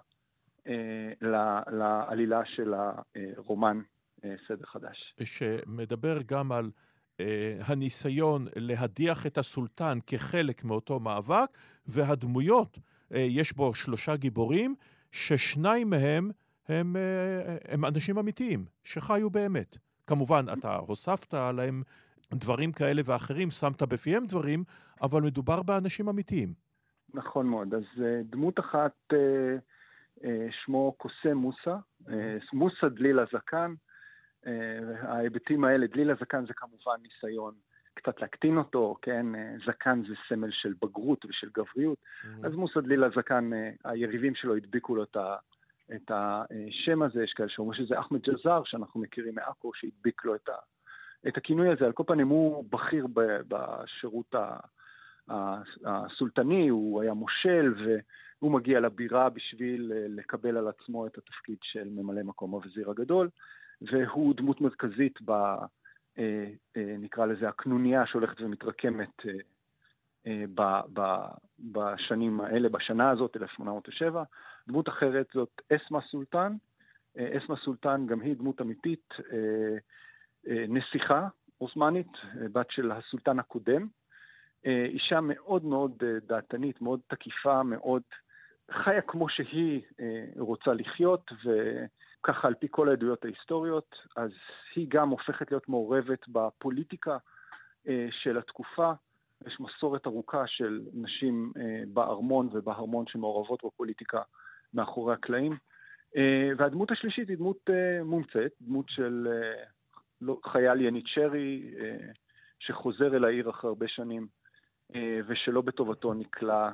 לעלילה של הרומן סדר חדש. שמדבר גם על הניסיון להדיח את הסולטן כחלק מאותו מאבק, והדמויות, יש בו 3 גיבורים, ששניים מהם הם אנשים אמיתיים, שחיו באמת. כמובן, אתה הוספת עליהם דברים כאלה ואחרים, שמת בפיהם דברים, אבל מדובר באנשים אמיתיים. נכון מאוד. אז דמות אחת, שמו קוסם מוסא, מוסא דליל הזקן. ההיבטים האלה, דליל הזקן זה כמובן ניסיון קצת להקטין אותו, כן? זקן זה סמל של בגרות ושל גבריות. אז מוסא דליל הזקן, היריבים שלו הדביקו לו את השם הזה. יש כאלה שאומרים שזה אחמד ג'זר, שאנחנו מכירים מעכו, שהדביק לו את הכינוי הזה. על כל פנים הוא בכיר בשירות הסולטני, הוא היה מושל, והוא מגיע לבירה בשביל לקבל על עצמו את התפקיד של ממלא מקום הווזיר הגדול, והוא דמות מרכזית נקרא לזה הקנוניה שהולכת ומתרקמת בשנים האלה, בשנה הזאת, 1807. דמות אחרת זאת אסמה סולטן. אסמה סולטן גם היא דמות אמיתית, נסיכה עות'מאנית, בת של הסולטן הקודם. אישה מאוד מאוד דעתנית, מאוד תקיפה, מאוד חיה כמו שהיא רוצה לחיות, וככה על פי כל העדויות ההיסטוריות, אז היא גם הופכת להיות מעורבת בפוליטיקה של התקופה. יש מסורת ארוכה של נשים בארמון ובהרמון שמעורבות בפוליטיקה מאחורי הקלעים. והדמות השלישית היא דמות מומצאת, דמות של חייל יניצ'רי שחוזר אל העיר אחרי הרבה שנים, ושלא בטובתו נקלע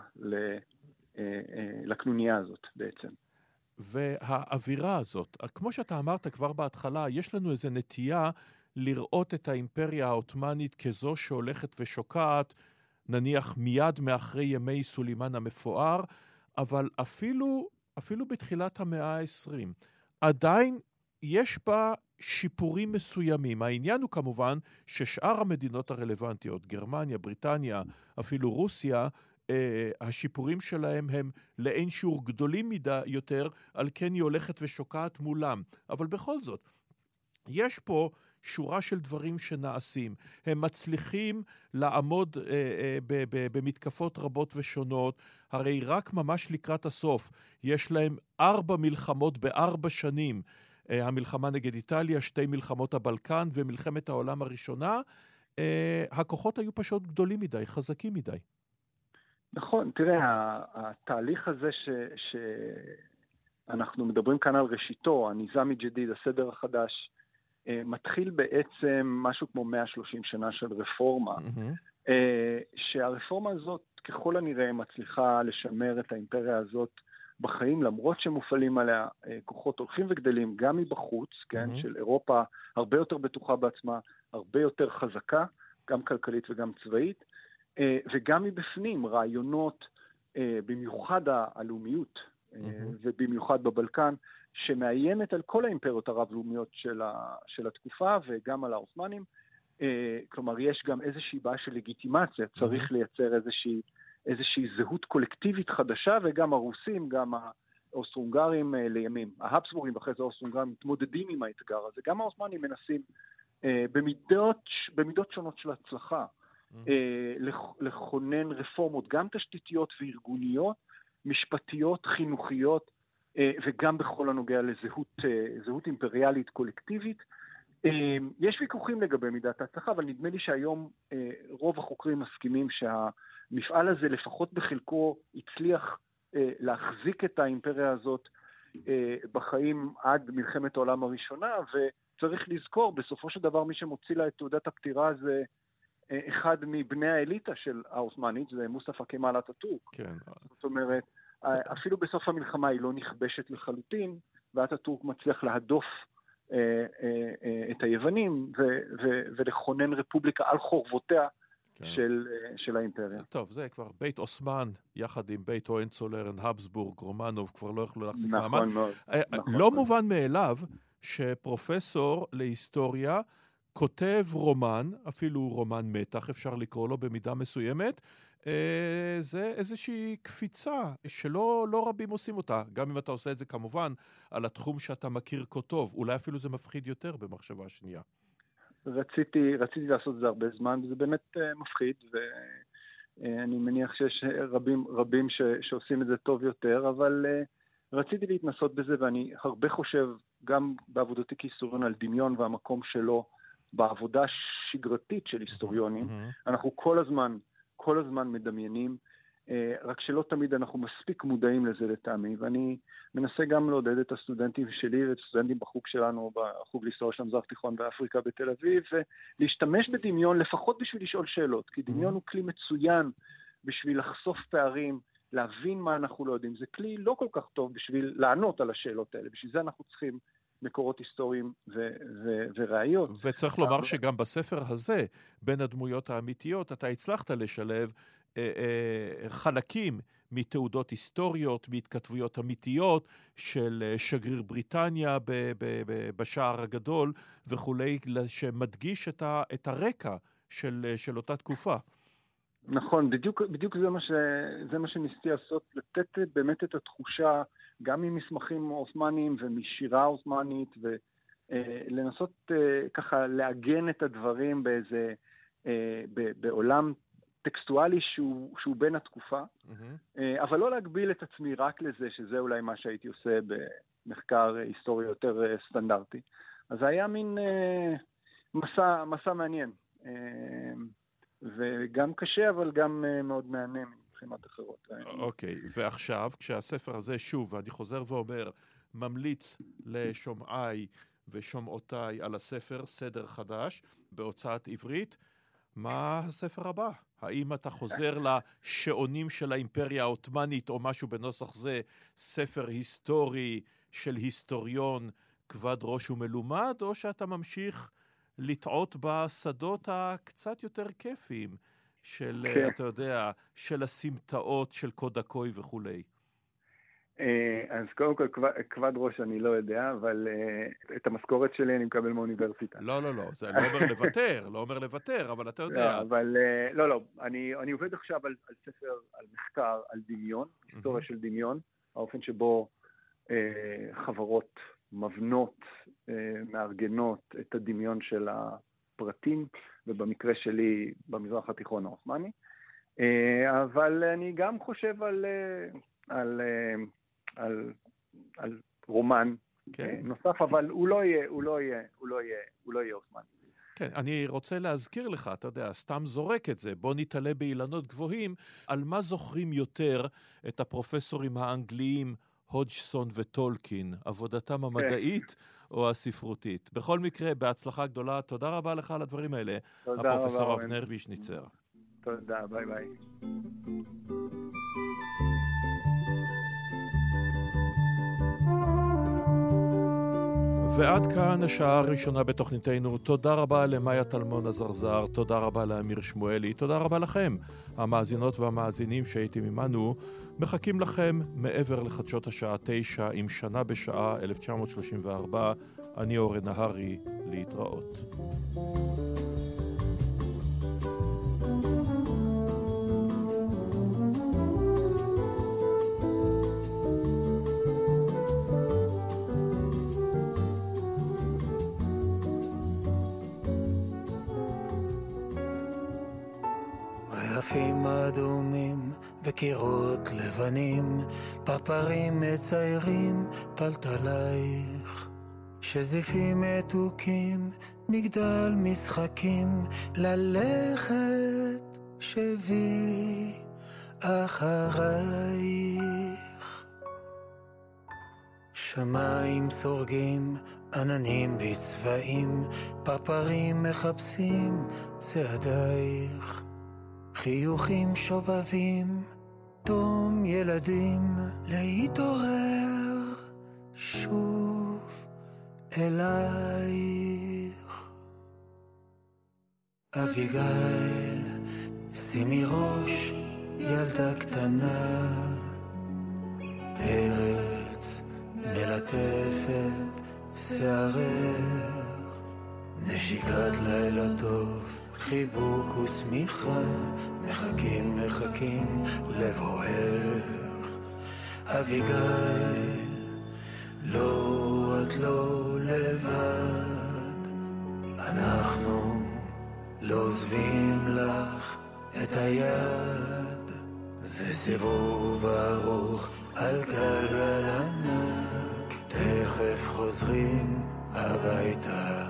לקנוניה הזאת בעצם. והאווירה הזאת, כמו שאתה אמרת כבר בהתחלה, יש לנו איזו נטייה לראות את האימפריה העות'מאנית כזו שהולכת ושוקעת, נניח מיד מאחרי ימי סולימן המפואר, אבל אפילו בתחילת המאה ה-20, עדיין יש בה שיפורים מסוימים. העניין הוא כמובן ששאר המדינות הרלוונטיות, גרמניה, בריטניה, אפילו רוסיה, השיפורים שלהם הם לאין שיעור גדולים מדי יותר, על כן היא הולכת ושוקעת מולם. אבל בכל זאת, יש פה שורה של דברים שנעשים. הם מצליחים לעמוד במתקפות רבות ושונות, הרי רק ממש לקראת הסוף יש להם 4 מלחמות ב4 שנים, המלחמה נגד איטליה, 2 מלחמות הבלקן ומלחמת העולם הראשונה, הכוחות היו פשוט גדולים מדי, חזקים מדי. נכון, תראה, התהליך הזה שאנחנו מדברים כאן על ראשיתו, הניזאם אל-ג'דיד, הסדר החדש, מתחיל בעצם משהו כמו 130 שנה של רפורמה, שהרפורמה הזאת ככל הנראה מצליחה לשמר את האימפריה הזאת בחיים, למרות שמופעלים עליה כוחות הולכים וגדלים, גם מבחוץ, כן, של אירופה הרבה יותר בטוחה בעצמה, הרבה יותר חזקה, גם כלכלית וגם צבאית, וגם מבפנים רעיונות, במיוחד הלאומיות, ובמיוחד בבלקן, שמאיימת על כל האימפריות הרב-לאומיות של התקופה, וגם על העות'מאנים. כלומר, יש גם איזושהי בעיה של לגיטימציה, צריך לייצר איזושהי זהות קולקטיבית חדשה, וגם הרוסים, גם האוסטרו-הונגרים לימים, ההבסבורים ואחרי זה האוסטרו-הונגרים מתמודדים עם האתגר הזה. גם העות'מאנים מנסים במידות שונות של הצלחה, לכונן רפורמות, גם תשתיתיות וארגוניות, משפטיות, חינוכיות, וגם בכל הנוגע לזהות אימפריאלית קולקטיבית. יש ויכוחים לגבי מידת ההצלחה, אבל נדמה לי שהיום רוב החוקרים מסכימים שהמפעל הזה לפחות בחלקו הצליח להחזיק את האימפריה הזאת בחיים עד מלחמת העולם הראשונה, וצריך לזכור, בסופו של דבר מי שמוציא לה את תעודת הפטירה זה אחד מבני האליטה של העות'מאנית, זה מוסטפא כמאל אטאטורק. כן. זאת אומרת, אפילו בסוף המלחמה היא לא נכבשת לחלוטין, ואטאטורק מצליח להדוף את היוונים ולכונן רפובליקה על חורבותיה של האימפריה. טוב, זה כבר בית אוסמן, יחד עם בית הואנצולרן, הבסבורג, רומנוב, כבר לא יכלו להחזיק מעמד. נכון מאוד. לא מובן מאליו שפרופסור להיסטוריה כותב רומן, אפילו רומן מתח, אפשר לקרוא לו במידה מסוימת, זה איזושהי קפיצה שלא רבים עושים אותה, גם אם אתה עושה את זה כמובן על התחום שאתה מכיר כה טוב, אולי אפילו זה מפחיד יותר במחשבה שנייה. רציתי לעשות את זה הרבה זמן, וזה באמת מפחיד, ואני מניח שיש רבים שעושים את זה טוב יותר, אבל רציתי להתנסות בזה, ואני הרבה חושב, גם בעבודתי כהיסטוריון על דמיון והמקום שלו, בעבודה שגרתית של היסטוריונים, אנחנו כל הזמן מדמיינים, רק שלא תמיד אנחנו מספיק מודעים לזה לטעמי, ואני מנסה גם לעודד את הסטודנטים שלי ואת הסטודנטים בחוג שלנו, בחוג להיסטוריה של המזרח התיכון באפריקה בתל אביב, ולהשתמש בדמיון לפחות בשביל לשאול שאלות, כי דמיון הוא כלי מצוין בשביל לחשוף פערים, להבין מה אנחנו לא יודעים. זה כלי לא כל כך טוב בשביל לענות על השאלות האלה, בשביל זה אנחנו צריכים מקורות היסטוריים וראיות. וצריך לומר שגם בספר הזה, בין הדמויות האמיתיות, אתה הצלחת לשלב חלקים מתעודות היסטוריות, מהתכתבויות אמיתיות של שגריר בריטניה בשער הגדול וכולי, שמדגיש את הרקע של אותה תקופה. נכון, בדיוק זה מה שניסיתי לעשות, לתת באמת את התחושה, גם ממסמכים עות'מאניים ומשירה עות'מאנית, ולנסות ככה לעגן את הדברים בעולם טקסטואלי שהוא בין התקופה, אבל לא להגביל את עצמי רק לזה, שזה אולי מה שהייתי עושה במחקר היסטורי יותר סטנדרטי. אז זה היה מין מסע מעניין. וגם קשה, אבל גם מאוד מעניין מבחינות אחרות. אוקיי, ועכשיו, כשהספר הזה שוב, ואני חוזר ואומר, ממליץ לשומעי ושומעותיי על הספר סדר חדש, בהוצאת עברית, מה הספר הבא? האם אתה חוזר לשעונים של האימפריה העות'מאנית, או משהו בנוסח זה, ספר היסטורי של היסטוריון כבד ראש ומלומד, או שאתה ממשיך לטעות בשדות הקצת יותר כיפיים של, אתה יודע, של הסמטאות של קודקוי וכולי? אז קודם כל, כבד ראש אני לא יודע, אבל את המשכורת שלי אני מקבל מאוניברסיטה. לא, זה לא אומר לוותר, אבל אתה יודע. אבל, אני עובד עכשיו על ספר, על מחקר, על דמיון, היסטוריה של דמיון, האופן שבו חברות מבנות, מארגנות את הדמיון של הפרטים, ובמקרה שלי במזרח התיכון העות'מאני. אבל אני גם חושב על רומן נוסף, אבל הוא לא יהיה עות'מאני. כן, אני רוצה להזכיר לך, אתה יודע, סתם זורק את זה, בוא נתעלה באילנות גבוהים, על מה זוכרים יותר את הפרופסורים האנגליים, הודג'סון וטולקין, עבודתם המדעית או הספרותית. בכל מקרה, בהצלחה גדולה, תודה רבה לך על הדברים האלה, הפרופסור אבנר וישניצר. תודה, ביי ביי. ועד כאן השעה הראשונה בתוכניתנו. תודה רבה למאיה טלמון הזרזר, תודה רבה לאמיר שמואלי, תודה רבה לכם, המאזינות והמאזינים שהייתם עמנו. מחכים לכם מעבר לחדשות השעה 9 עם שנה בשעה 1934. אני אורן נהרי, להתראות. רעפים אדומים וקירות לבנים, פרפרים מציירים טלטלייך, שזיפים מתוקים, מגדל משחקים, ללכת שבי אחרייך. שמיים סורגים, עננים בצבעים, פרפרים מחפשים צעדייך, חיוכים שובבים, תום ילדים, להתעורר שוב אלייך. אביגיל, שימי ראש ילדה קטנה, ארץ מלטפת שערך, נשיקת לילה טוב, חיבוק ושמיכה, מחכים מחכים לבואך. אביגיל, לא את לא לבד, אנחנו לא עוזבים לך את היד, זה סיבוב ארוך על גלגל ענק, תכף חוזרים הביתה.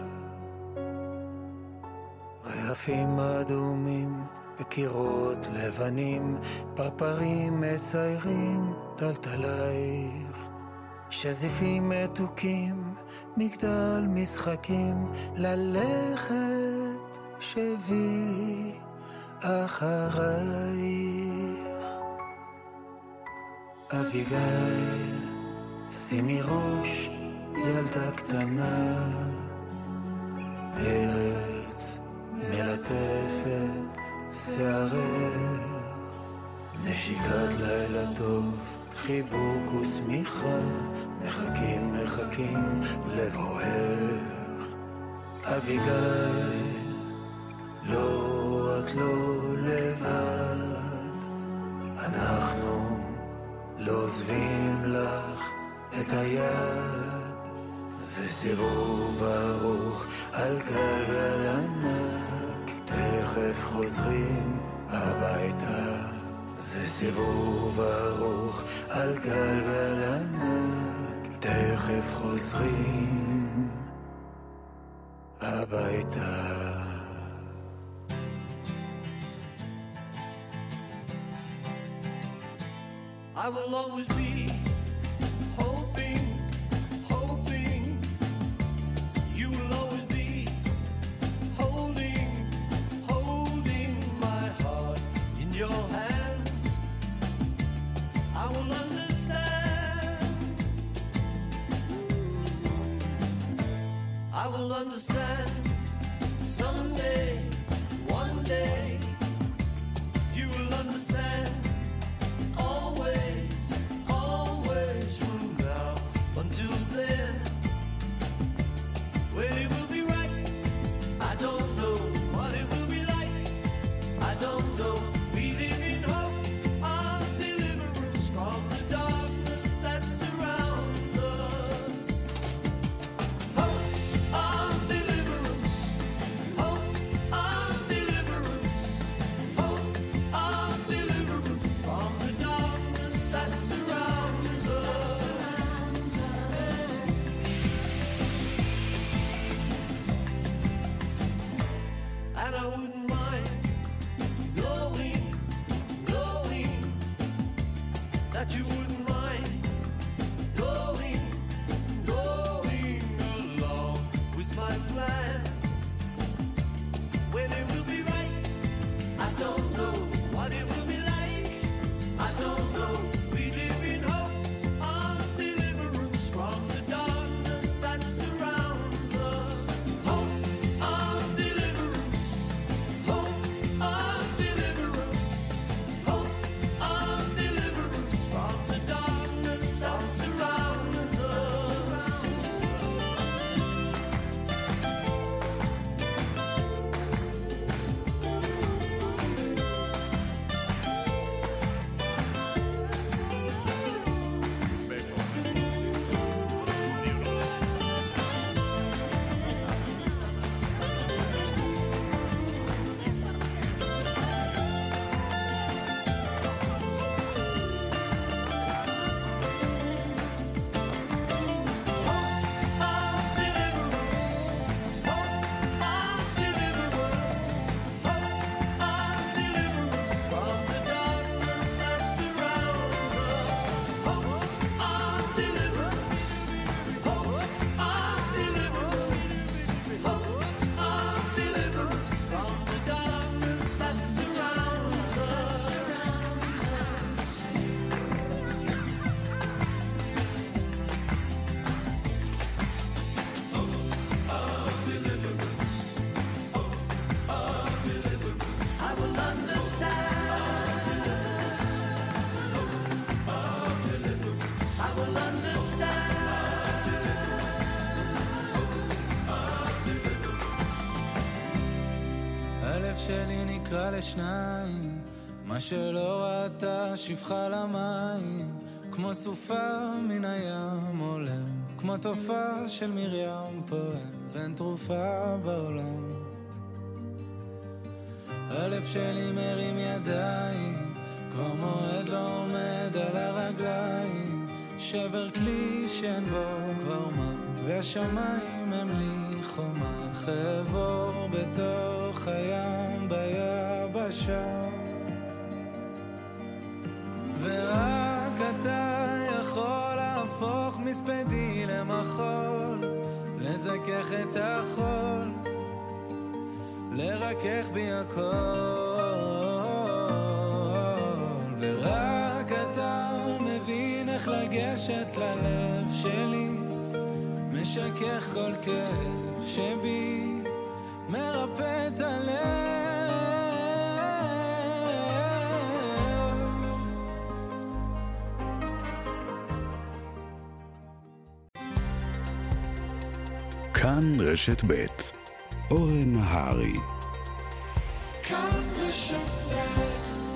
רעפים אדומים וקירות לבנים, פרפרים מציירים טלטלייך, שזיפים מתוקים, מגדל משחקים, ללכת שבי אחרייך. אביגיל, שימי ראש ילדה קטנה, ארץ מלטפת שערך, נשיקת לילה טוב, חיבוק ושמיכה, מחכים מחכים לבואך. אביגיל, לא את לא לבד, אנחנו לא עוזבים לך את היד, זה סיבוב ארוך על גלגל ענק, תכף חוזרים הביתה. זה סיבוב ארוך על גלגל ענק, תכף חוזרים הביתה. I will always be hoping, hoping. You will always be holding, holding my heart in your hand. I will understand. I will understand someday, one day. You will understand. Always, always. שלי נקרא לשניים, מה שלא ראתה שפחה למים, כמו סופה מן הים עולם, כמו תופעה של מרים פועם, ואין תרופה בעולם. הלב שלי מרים ידיים, כבר מועד לא עומד על הרגליים, שבר כלי שאין בו כבר מה, והשמיים הם לי חומה, חבור בתוך הים ביבשה, ורק אתה יכול להפוך מספדי למחול, לזכך את החול, לרכך בי הכל, ורק אתה מבין איך לגשת ללב שלי, משכך כל כאב שבי, מרפא את הלב. כאן רשת ב' אורן נהרי. כאן רשת ב'.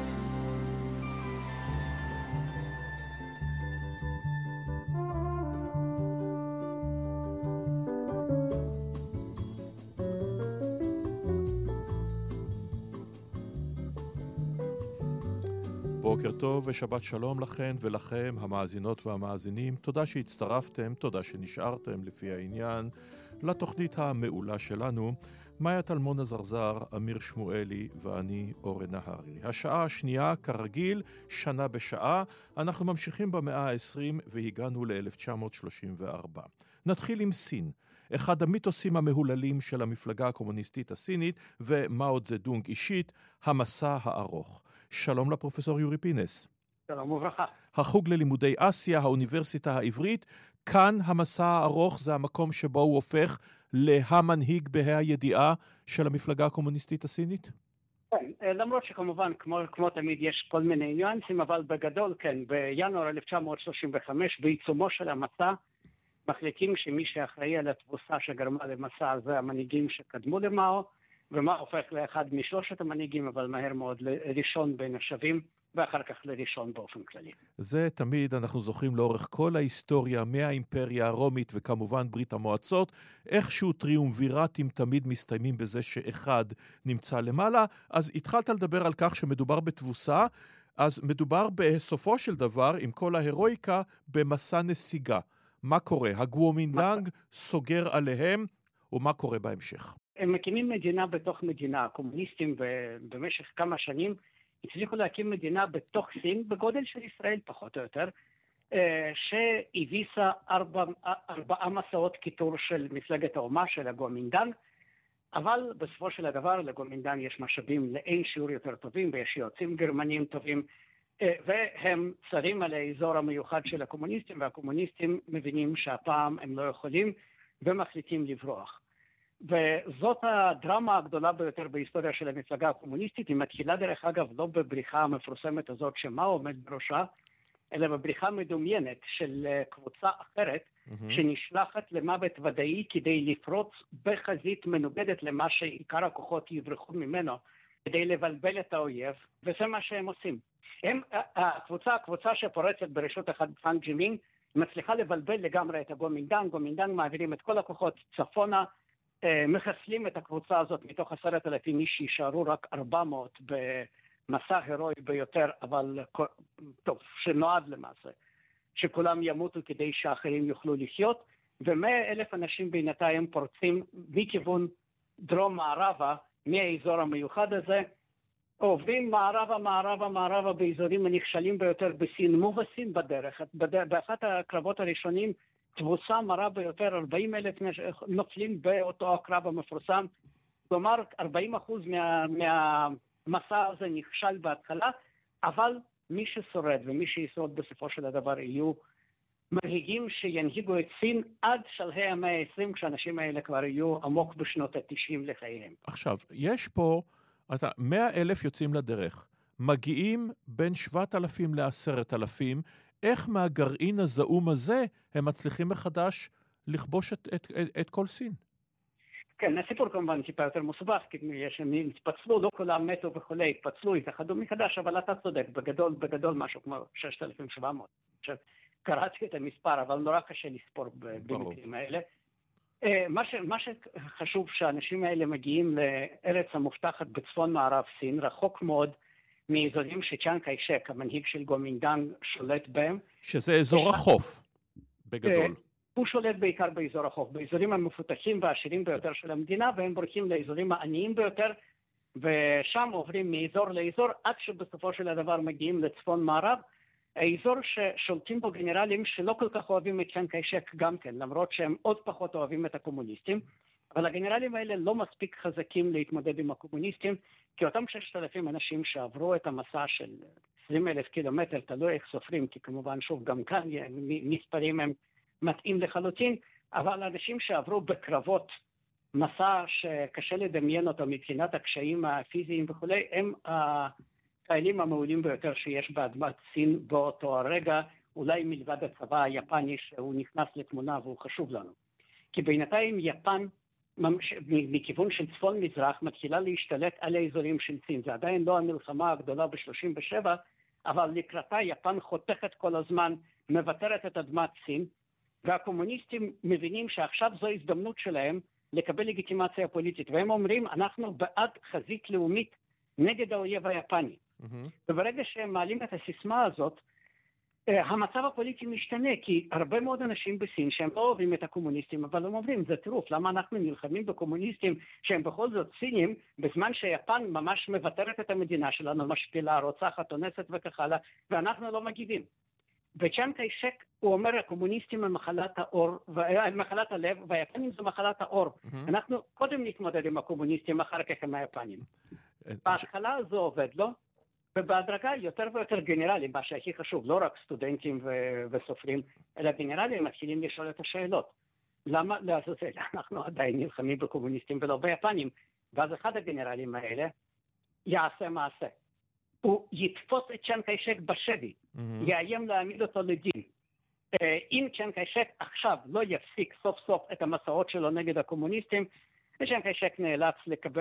בוקר טוב ושבת שלום לכן ולכם, המאזינות והמאזינים. תודה שהצטרפתם, תודה שנשארתם לפי העניין לתוכנית המעולה שלנו. מאיה טלמון הזרזר, אמיר שמואלי ואני אורן נהרי. השעה השנייה, כרגיל, שנה בשעה. אנחנו ממשיכים במאה ה-20 והגענו ל-1934. נתחיל עם סין. אחד המיתוסים המהוללים של המפלגה הקומוניסטית הסינית ומאו צדונג אישית, המסע הארוך. שלום לפרופסור יורי פינס. שלום וברכה. החוג ללימודי אסיה, האוניברסיטה העברית. כאן המסע הארוך זה המקום שבו הוא הופך להמנהיג בה"א הידיעה של המפלגה הקומוניסטית הסינית? כן, למרות שכמובן כמו תמיד יש כל מיני ניואנסים, אבל בגדול כן, בינואר 1935 בעיצומו של המסע מחליטים שמי שאחראי על התבוסה שגרמה למסע הזה המנהיגים שקדמו למאו, ומאו הופך לאחד משלושת המנהיגים, אבל מהר מאוד לראשון בין השווים, ואחר כך לראשון באופן כללי. זה תמיד אנחנו זוכרים לאורך כל ההיסטוריה, מהאימפריה הרומית וכמובן ברית המועצות, איכשהו טריומווירטים תמיד מסתיימים בזה שאחד נמצא למעלה. אז התחלת לדבר על כך שמדובר בתבוסה, אז מדובר בסופו של דבר, עם כל ההירואיקה, במסע נסיגה. מה קורה? הגוומינדנג סוגר עליהם, ומה קורה בהמשך? הם מקימים מדינה בתוך מדינה. הקומוניסטים במשך כמה שנים הצליחו להקים מדינה בתוך סין, בגודל של ישראל פחות או יותר, שהביסה 4 מסעות קיטור של מפלגת האומה, של הגוומינדנג, אבל בסופו של הדבר לגוומינדנג יש משאבים לאין שיעור יותר טובים, ויש יועצים גרמנים טובים, והם צרים על האזור המיוחד של הקומוניסטים, והקומוניסטים מבינים שהפעם הם לא יכולים, ומחליטים לברוח. וזאת הדרמה הגדולה ביותר בהיסטוריה של המפלגה הקומוניסטית. היא מתחילה דרך אגב לא בבריחה המפורסמת הזאת שמאו עומד בראשה, אלא בבריחה מדומיינת של קבוצה אחרת שנשלחת למוות ודאי כדי לפרוץ בחזית מנוגדת למה שעיקר הכוחות יברחו ממנו, כדי לבלבל את האויב, וזה מה שהם עושים. הקבוצה שפורצת ברשות אחד פאנג ג'ימינג מצליחה לבלבל לגמרי את הגוומינדנג. גוומינדנג מעבירים את כל הכוחות צפונה, מחסלים את הקבוצה הזאת, מתוך 10,000 איש שישארו רק 400 במסע הירואי ביותר, אבל טוב, שנועד למעשה, שכולם ימותו כדי שאחרים יוכלו לחיות, ו100,000 אנשים בינתיים פורצים מכיוון דרום מערבה, מהאזור המיוחד הזה, עוברים מערבה באזורים הנכשלים ביותר בסין, מובסים בדרך. באחת הקרבות הראשונים תבוסה מרה ביותר, 40,000 נופלים באותו הקרב המפורסם. כלומר, 40% מהמסע הזה נכשל בהתחלה, אבל מי ששורד ומי שישרוד בסופו של הדבר יהיו מנהיגים שינהיגו את סין עד שלהי המאה ה-20, כשאנשים האלה כבר יהיו עמוק בשנות ה-90 לחייהם. עכשיו, יש פה 100,000 יוצאים לדרך, מגיעים בין 7,000 ל10,000, איך מהגרעין הזעום הזה הם מצליחים מחדש לכבוש את כל סין? כן, הסיפור כמובן טיפה יותר מסובך, כי הם התפצלו, לא כולם מתו וכולי, התפצלו, התאחדו מחדש, אבל אתה צודק, בגדול משהו כמו 6,700. עכשיו, קראתי את המספר, אבל נורא קשה לספור במקרים האלה. מה שחשוב שהאנשים האלה מגיעים לארץ המובטחת בצפון מערב סין, רחוק מאוד מאזורים שצ'יאנג קאי-שק, המנהיג של גומינדאנג, שולט בהם. שזה אזור החוף, בגדול. הוא שולט בעיקר באזור החוף, באזורים המפותחים והעשירים ביותר של המדינה, והם בורחים לאזורים העניים ביותר, ושם עוברים מאזור לאזור, עד שבסופו של הדבר מגיעים לצפון מערב, האזור ששולטים בו גנרלים שלא כל כך אוהבים את צ'יאנג קאי-שק גם כן, למרות שהם עוד פחות אוהבים את הקומוניסטים, אבל הגנרלים האלה לא מספיק חזקים להתמודד עם הקומוניסטים, כי אותם 6,000 אנשים שעברו את המסע של 20,000 קילומטר, תלוי איך סופרים, כי כמובן שוב גם כאן מספרים הם מתאים לחלוטין, אבל אנשים שעברו בקרבות מסע שקשה לדמיין אותו מבחינת הקשיים הפיזיים וכולי, הם החיילים המעולים ביותר שיש באדמת סין באותו הרגע, אולי מלבד הצבא היפני שהוא נכנס לתמונה והוא חשוב לנו. כי בינתיים יפן מכיוון של צפון מזרח מתחילה להשתלט על האזורים של סין. זה עדיין לא המלחמה הגדולה ב-37, אבל לקראתה יפן חותכת כל הזמן, מבטרת את אדמת סין, והקומוניסטים מבינים שעכשיו זו הזדמנות שלהם לקבל לגיטימציה פוליטית, והם אומרים, אנחנו בעד חזית לאומית נגד האויב היפני. וברגע שהם מעלים את הסיסמה הזאת, המצב הפוליטי משתנה, כי הרבה מאוד אנשים בסין שהם לא אוהבים את הקומוניסטים, אבל הם אומרים, זה טירוף, למה אנחנו נלחמים בקומוניסטים שהם בכל זאת סינים, בזמן שיפן ממש מבטרת את המדינה שלנו, משפילה, רוצחת, אונסת וכך הלאה, ואנחנו לא מגיבים. וצ'יאנג קאי-שק, הוא אומר, הקומוניסטים הם מחלת הלב, והיפנים זה מחלת העור. אנחנו קודם נתמודד עם הקומוניסטים, אחר כך עם היפנים. בהתחלה זה עובד לו, ובהדרגה יותר ויותר גנרלים, מה שהכי חשוב, לא רק סטודנטים וסופרים, אלא גנרלים מתחילים לשאול את השאלות. למה לעזאזל? אנחנו עדיין נלחמים בקומוניסטים ולא ביפנים. ואז אחד הגנרלים האלה יעשה מעשה. הוא יתפוס את צ'יאנג קאי-שק בשבי, יאיים להעמיד אותו לדין. אם צ'יאנג קאי-שק עכשיו לא יפסיק סוף סוף את המסעות שלו נגד הקומוניסטים, וצ'יאנג קאי-שק נאלץ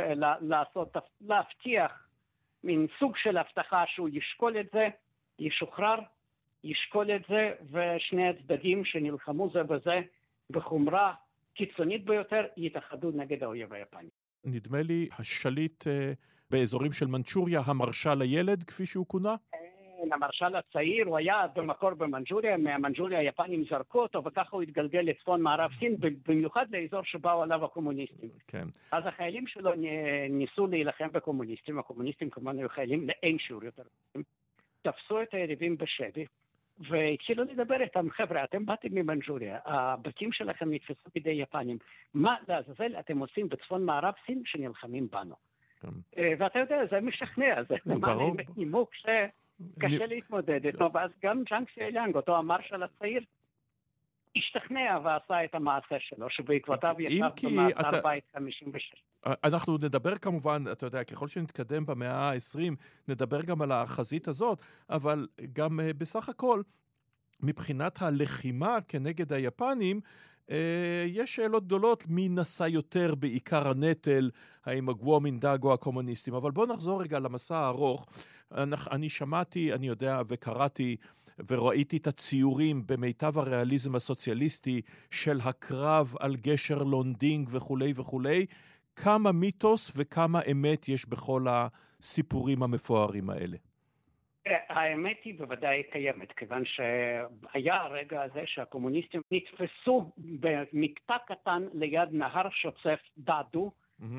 להבטיח מין סוג של הבטחה שהוא ישקול את זה, ישוחרר, ישקול את זה, ושני הצדדים שנלחמו זה בזה בחומרה קיצונית ביותר יתאחדו נגד האויב היפני. נדמה לי השליט באזורים של מנצ'וריה, המרשל הילד, כפי שהוא כונה? המרשל הצעיר, הוא היה במקור במנג'וריה, מהמנג'וריה היפנים זרקו אותו, וככה הוא התגלגל לצפון מערב סין, במיוחד לאזור שבאו עליו הקומוניסטים. כן. אז החיילים שלו ניסו להילחם בקומוניסטים, הקומוניסטים כמובן היו חיילים לאין שיעור יותר. תפסו את היריבים בשבי, והתחילו לדבר איתם, חבר'ה, אתם באתם ממנג'וריה, הבתים שלכם נתפסו בידי יפנים, מה לעזאזל אתם עושים בצפון מערב סין שנלחמים בנו? ואתה יודע, זה משכנע, זה נימוק שקשה להתמודד איתו, ואז גם צ'אנג סי-ליאנג, אותו המרשל הצעיר, השתכנע ועשה את המעשה שלו, שבעקבותיו ישב במעצר בית 56. אנחנו נדבר כמובן, אתה יודע, ככל שנתקדם במאה ה-20, נדבר גם על החזית הזאת, אבל גם בסך הכל, מבחינת הלחימה כנגד היפנים, יש שאלות גדולות מי נשא יותר בעיקר הנטל, האם הגוומינדאנג או הקומוניסטים, אבל בואו נחזור רגע למסע הארוך. אני שמעתי, אני יודע וקראתי וראיתי את הציורים במיטב הריאליזם הסוציאליסטי של הקרב על גשר לונדינג וכולי וכולי, כמה מיתוס וכמה אמת יש בכל הסיפורים המפוארים האלה. האמת היא בוודאי קיימת, כיוון שהיה הרגע הזה שהקומוניסטים נתפסו במקטע קטן ליד נהר שוצף דדו,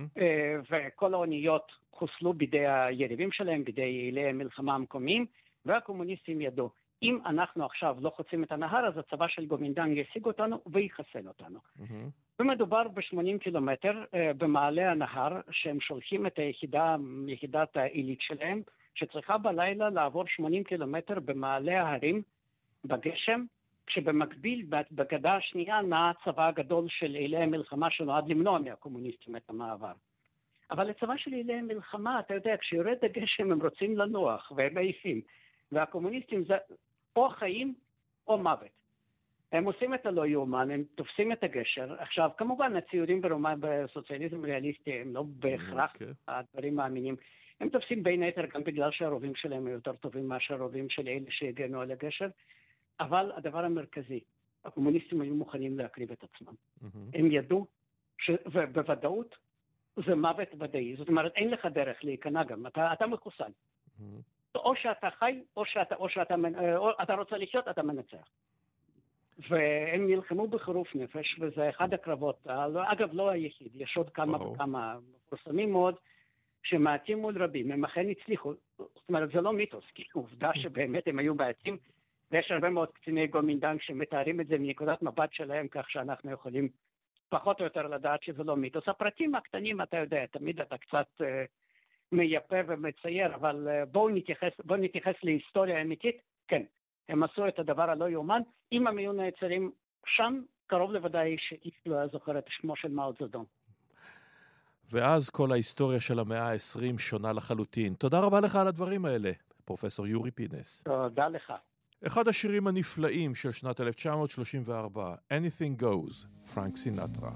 וכל האוניות חוסלו בידי היריבים שלהם, בידי יעילי המלחמה המקומיים, והקומוניסטים ידעו, אם אנחנו עכשיו לא חוצים את הנהר, אז הצבא של גומינדאנג ישיג אותנו ויחסל אותנו. ומדובר ב-80 קילומטר במעלה הנהר, שהם שולחים את יחידת העילית שלהם, שצריכה בלילה לעבור 80 קילומטר במעלה ההרים, בגשם, כשבמקביל בגדה השנייה נע הצבא הגדול של יעילי המלחמה שנועד למנוע מהקומוניסטים את המעבר. אבל לצבא של יעילי המלחמה, אתה יודע, כשיורד הגשם הם רוצים לנוח והם עייפים, והקומוניסטים זה או חיים או מוות. הם עושים את הלא יאומן, הם תופסים את הגשר. עכשיו, כמובן, הציורים בסוציאליזם ריאליסטי הם לא בהכרח הדברים מאמינים. הם תופסים בין היתר גם בגלל שהרובים שלהם היו יותר טובים מאשר הרובים של אלה שהגנו על הגשר. אבל הדבר המרכזי, הקומוניסטים היו מוכנים להקריב את עצמם. הם ידעו, ובוודאות, זה מוות ודאי. זאת אומרת, אין לך דרך להיכנע גם. אתה מחוסל. או שאתה חי, או אתה רוצה לחיות, אתה מנצח. והם נלחמו בחירוף נפש, וזה אחד הקרבות, אגב לא היחיד, יש עוד כמה וכמה מפורסמים מאוד, שמעטים מול רבים, הם אכן הצליחו, זאת אומרת זה לא מיתוס, כי עובדה שבאמת הם היו בעצים, ויש הרבה מאוד קציני גומינדן שמתארים את זה מנקודת מבט שלהם, כך שאנחנו יכולים פחות או יותר לדעת שזה לא מיתוס. הפרטים הקטנים, אתה יודע, תמיד אתה קצת מייפה ומצייר, אבל בואו נתייחס להיסטוריה אמיתית, כן. הם עשו את הדבר הלא יאומן, אם הם היו נעצרים שם, קרוב לוודאי שאיש לא היה זוכר את שמו של מאו צדונג. ואז כל ההיסטוריה של המאה ה-20 שונה לחלוטין. תודה רבה לך על הדברים האלה, פרופסור יורי פינס. תודה לך. אחד השירים הנפלאים של שנת 1934, Anything Goes, פרנק סינטרה.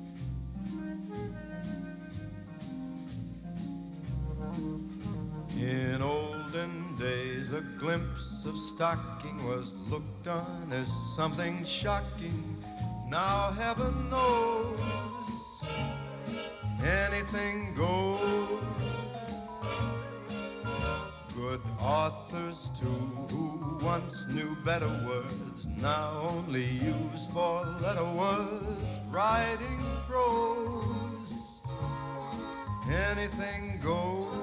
In olden days, a glimpse of stocking was looked on as something shocking. Now heaven knows anything goes. Good authors too, who once knew better words, now only use four-letter words, writing prose. Anything goes.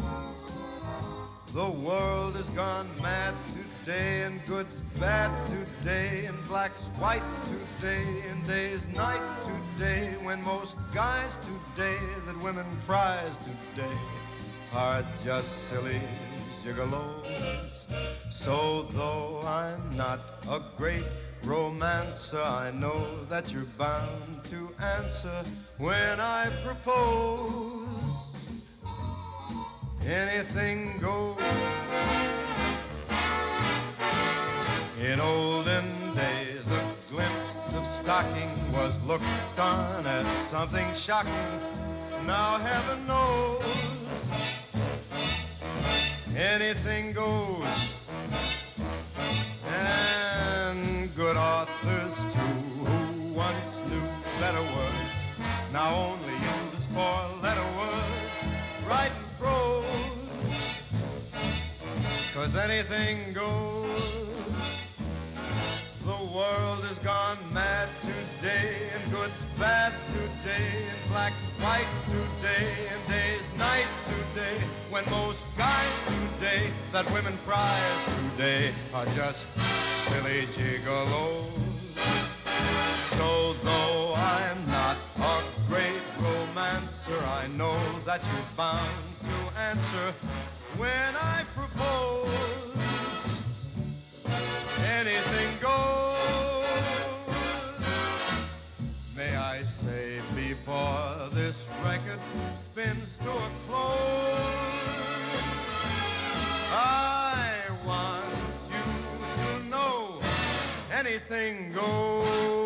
The world has gone mad today, and good's bad today, and black's white today, and day's night today, when most guys today that women prize today are just silly gigolos. So though I'm not a great romancer, I know that you're bound to answer when I propose. Anything goes. In olden days, a glimpse of stocking was looked on as something shocking. Now heaven knows anything goes. And good authors too, who once knew better words, now only use four-letter words, writing prose, 'cause anything goes. The world has gone mad today, and good's bad today, and black's white today, and day's night today, when most guys today that women prize today are just silly gigolos. So though I'm not a great romancer, I know that you're bound to answer when I propose. Anything goes. May I say before this record spins to a close, I want you to know anything goes.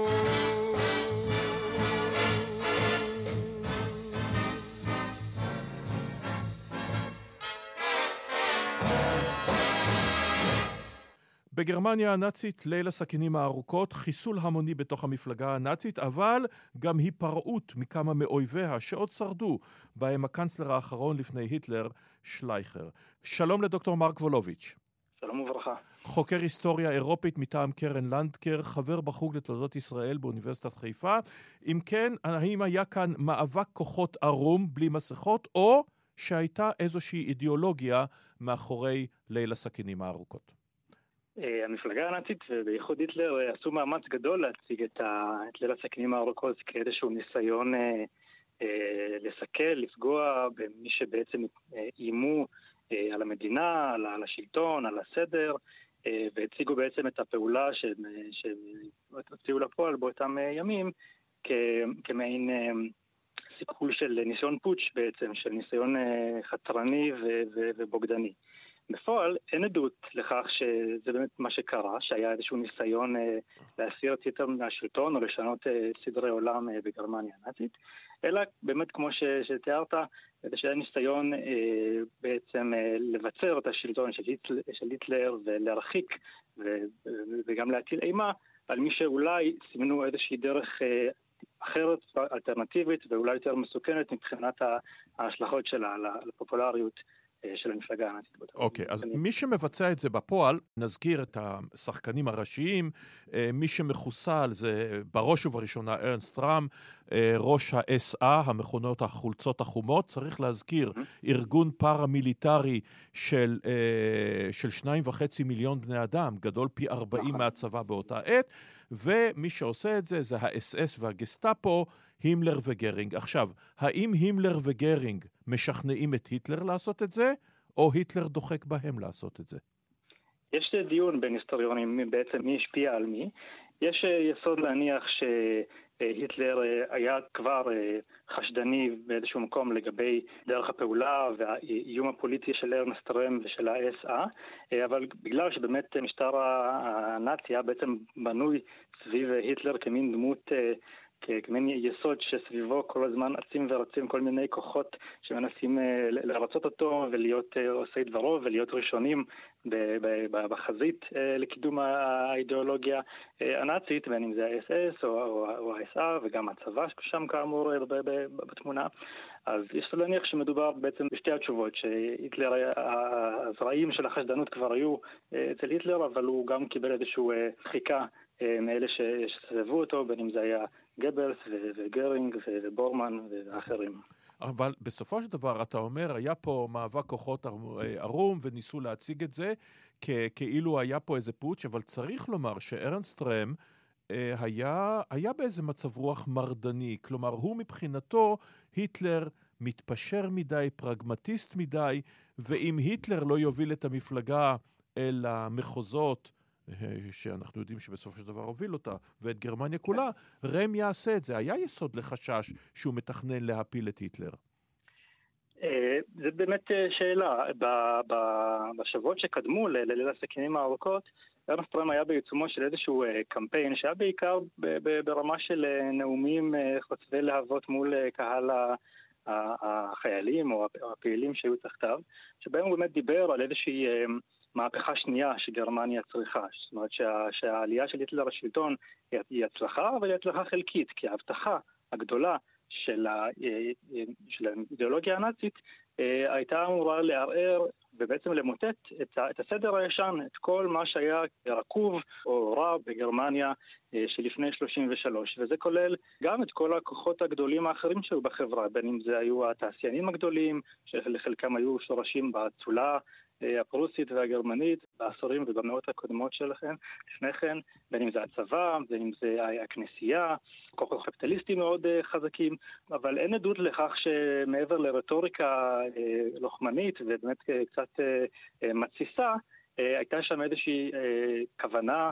בגרמניה הנאצית ליל הסכינים הארוכות, חיסול המוני בתוך המפלגה הנאצית, אבל גם היפרעות מכמה מאויביה שעוד שרדו, בהם הקנצלר האחרון לפני היטלר, שלייכר. שלום לדוקטור מרק וולוביץ'. שלום וברכה. חוקר היסטוריה אירופית מטעם קרן לנדקר, חבר בחוג לתולדות ישראל באוניברסיטת חיפה. אם כן, האם היה כאן מאבק כוחות ערום בלי מסכות, או שהייתה איזושהי אידיאולוגיה מאחורי ליל הסכינים הארוכות? המפלגה הנאצית ובייחוד היטלר עשו מאמץ גדול להציג את ליל הסכינים הארוכות כאיזשהו ניסיון לסכל, לפגוע במי שבעצם איימו על המדינה, על השלטון, על הסדר, והציגו בעצם את הפעולה שהוציאו לפועל באותם ימים כמעין סיכול של ניסיון פוטש בעצם, של ניסיון חתרני ובוגדני. בפועל אין עדות לכך שזה באמת מה שקרה, שהיה איזשהו ניסיון להסיר את היטלר מהשלטון או לשנות סדרי עולם בגרמניה הנאצית, אלא באמת כמו שתיארת, שהיה ניסיון בעצם לבצר את השלטון של היטלר ולהרחיק וגם להטיל אימה על מי שאולי סימנו איזושהי דרך אחרת, אלטרנטיבית ואולי יותר מסוכנת מבחינת ההשלכות שלה לפופולריות של המפלגה הנאצית. אוקיי, אז מי שמבצע את זה בפועל, נזכיר את השחקנים הראשיים, מי שמחוסל זה בראש ובראשונה ארנסט רם, ראש ה-SA, המכונות החולצות החומות, צריך להזכיר, ארגון פארה-מיליטרי של 2.5 מיליון בני אדם, גדול פי 40 מהצבא באותה עת, ומי שעושה את זה זה ה-SS והגסטאפו, הימלר וגרינג. עכשיו, האם הימלר וגרינג משכנעים את היטלר לעשות את זה, או היטלר דוחק בהם לעשות את זה? יש דיון בין היסטוריונים בעצם מי השפיע על מי. יש יסוד להניח שהיטלר היה כבר חשדני באיזשהו מקום לגבי דרך הפעולה והאיום הפוליטי של ארנסט רם ושל ה-SA, אבל בגלל שבאמת משטר הנאצי היה בעצם בנוי סביב היטלר כמין דמות כמין יסוד שסביבו כל הזמן עצים ורצים כל מיני כוחות שמנסים לרצות אותו ולהיות עושי דברו ולהיות ראשונים בחזית לקידום האידיאולוגיה הנאצית, בין אם זה ה-SS או ה-SA וגם הצבא שם כאמור בתמונה. אז יש להניח שמדובר בעצם בשתי התשובות, שהיטלר, הזרעים של החשדנות כבר היו אצל היטלר, אבל הוא גם קיבל איזשהו דחיקה מאלה שסבבו אותו, בין אם זה היה גבלס וגרינג ובורמן ואחרים. אבל בסופו של דבר, אתה אומר, היה פה מאבק כוחות ערום, וניסו להציג את זה כאילו היה פה איזה פוטש, אבל צריך לומר שארנסט רם היה באיזה מצב רוח מרדני, כלומר, הוא מבחינתו, היטלר מתפשר מדי, פרגמטיסט מדי, ואם היטלר לא יוביל את המפלגה אל המחוזות, שאנחנו יודעים שבסופו של דבר הוביל אותה, ואת גרמניה כולה, רם יעשה את זה. היה יסוד לחשש שהוא מתכנן להפיל את היטלר. זה באמת שאלה. בשבועות שקדמו לליל הסכינים הארוכות, ארנסט רם היה בעיצומו של איזשהו קמפיין, שהיה בעיקר ברמה של נאומים חוצבי להבות מול קהל החיילים או הפעילים שהיו תחתיו, שבהם הוא באמת דיבר על איזושהי מהפכה שנייה שגרמניה צריכה. זאת אומרת שהעלייה של היטלר לשלטון היא הצלחה, אבל היא הצלחה חלקית, כי ההבטחה הגדולה של האידיאולוגיה הנאצית הייתה אמורה לערער ובעצם למוטט את הסדר הישן, את כל מה שהיה רקוב או רע בגרמניה שלפני 33, וזה כולל גם את כל הכוחות הגדולים האחרים שהיו בחברה, בין אם זה היו התעשיינים הגדולים, שלחלקם היו שורשים באצולה הפרוסית והגרמנית בעשורים ובמאות הקודמות שלכם, לפני כן, בין אם זה הצבא, בין אם זה הכנסייה, כוחות קפיטליסטים מאוד חזקים, אבל אין עדות לכך שמעבר לרטוריקה לוחמנית ובאמת קצת מתסיסה, הייתה שם איזושהי כוונה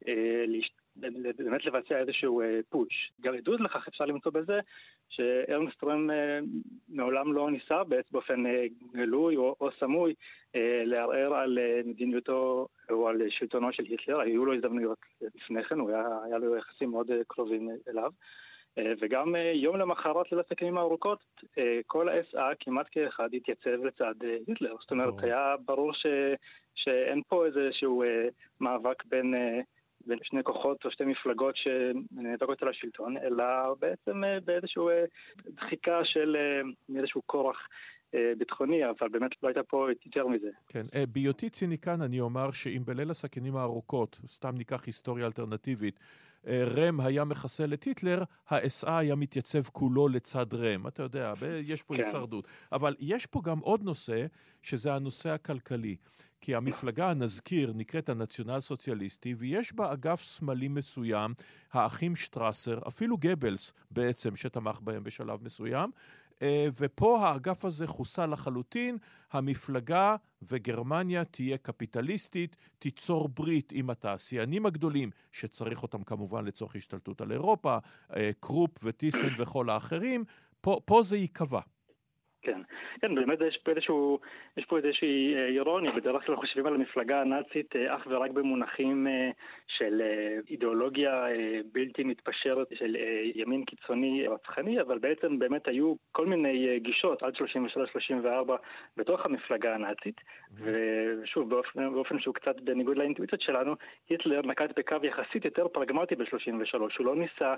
באמת לבצע איזשהו פוטש. גם עדות לכך אפשר למצוא בזה שארנסט רם מעולם לא ניסה באופן גלוי או סמוי לערער על מדיניותו או על שלטונו של היטלר. היו לו הזדמנויות לפני כן, היה לו יחסים מאוד קרובים אליו. וגם יום למחרת ליל הסכינים הארוכות, כל ה-SA כמעט כאחד התייצב לצד היטלר. זאת אומרת, היה ברור שאין פה איזשהו מאבק בין שני כוחות או שתי מפלגות שנאבקות על השלטון, אלא בעצם באיזשהו דחיקה של איזשהו כורח ביטחוני, אבל באמת לא הייתה פה יותר מזה. כן, בהיותי ציניקן אני אומר שאם בליל הסכינים הארוכות, סתם ניקח היסטוריה אלטרנטיבית, רם היה מחסל את היטלר, ה-SA היה מתייצב כולו לצד רם. אתה יודע, יש פה הישרדות. אבל יש פה גם עוד נושא, שזה הנושא הכלכלי. כי המפלגה, נזכיר, נקראת הנציונל סוציאליסטי, ויש בה אגף שמאלי מסוים, האחים שטרסר, אפילו גבלס בעצם, שתמך בהם בשלב מסוים, ופה האגף הזה חוסל לחלוטין, המפלגה וגרמניה תהיה קפיטליסטית, תיצור ברית עם התעשיינים הגדולים, שצריך אותם כמובן לצורך השתלטות על אירופה, קרופ וטיסן וכל האחרים, פה זה ייקבע. כן, כן, באמת יש פה איזושהי אירוניה. בדרך כלל חושבים על המפלגה הנאצית אך ורק במונחים של אידיאולוגיה בלתי מתפשרת של ימין קיצוני רצחני, אבל בעצם באמת היו כל מיני גישות עד 33-34 בתוך המפלגה הנאצית, ושוב, באופן שהוא קצת בניגוד לאינטואיציות שלנו, היטלר נקט בקו יחסית יותר פרגמטי ב-33, הוא לא ניסה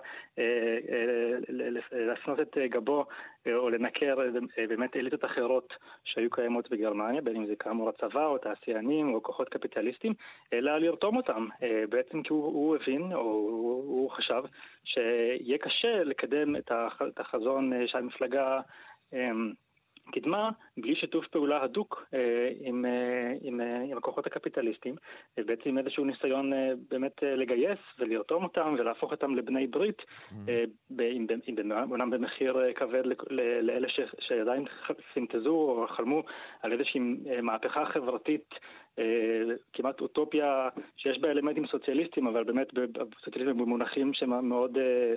להפנות את גבו או לנקר באמת אליטות אחרות שהיו קיימות בגרמניה, בין אם זה כאמור הצבא או תעשיינים או כוחות קפיטליסטים, אלא לרתום אותם. בעצם כי הוא הבין, או הוא חשב, שיהיה קשה לקדם את החזון שהמפלגה קדמה בלי שיתוף פעולה הדוק עם הכוחות הקפיטליסטים, בעצם איזשהו ניסיון באמת לגייס ולרתום אותם ולהפוך אותם לבני ברית, אומנם במחיר כבד לאלה שעדיין סינתזו או חלמו על איזושהי מהפכה חברתית, כמעט אוטופיה שיש בה אלמנטים סוציאליסטיים, אבל באמת סוציאליזם במונחים שמאוד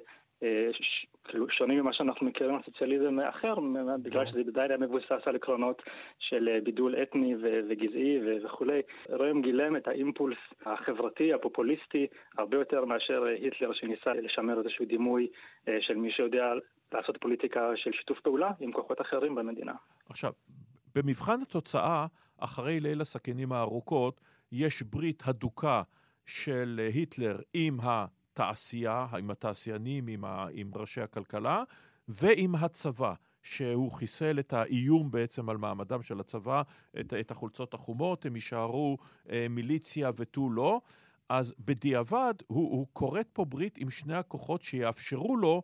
שונים ממה שאנחנו מכירים הסוציאליזם אחר, בגלל שזה בדיוק היה מבוסס על עקרונות של בידול אתני וגזעי וכולי. רואים גילם את האימפולס החברתי, הפופוליסטי, הרבה יותר מאשר היטלר שניסה לשמר איזשהו דימוי של מי שיודע לעשות פוליטיקה של שיתוף פעולה עם כוחות אחרים במדינה. עכשיו, במבחן התוצאה, אחרי ליל הסכינים הארוכות, יש ברית הדוקה של היטלר עם התעשייה, עם התעשיינים, עם ראשי הכלכלה, ועם הצבא, שהוא חיסל את האיום בעצם על מעמדם של הצבא, את החולצות החומות, הם יישארו מיליציה ותו לא. אז בדיעבד הוא קוראת פה ברית עם שני הכוחות שיאפשרו לו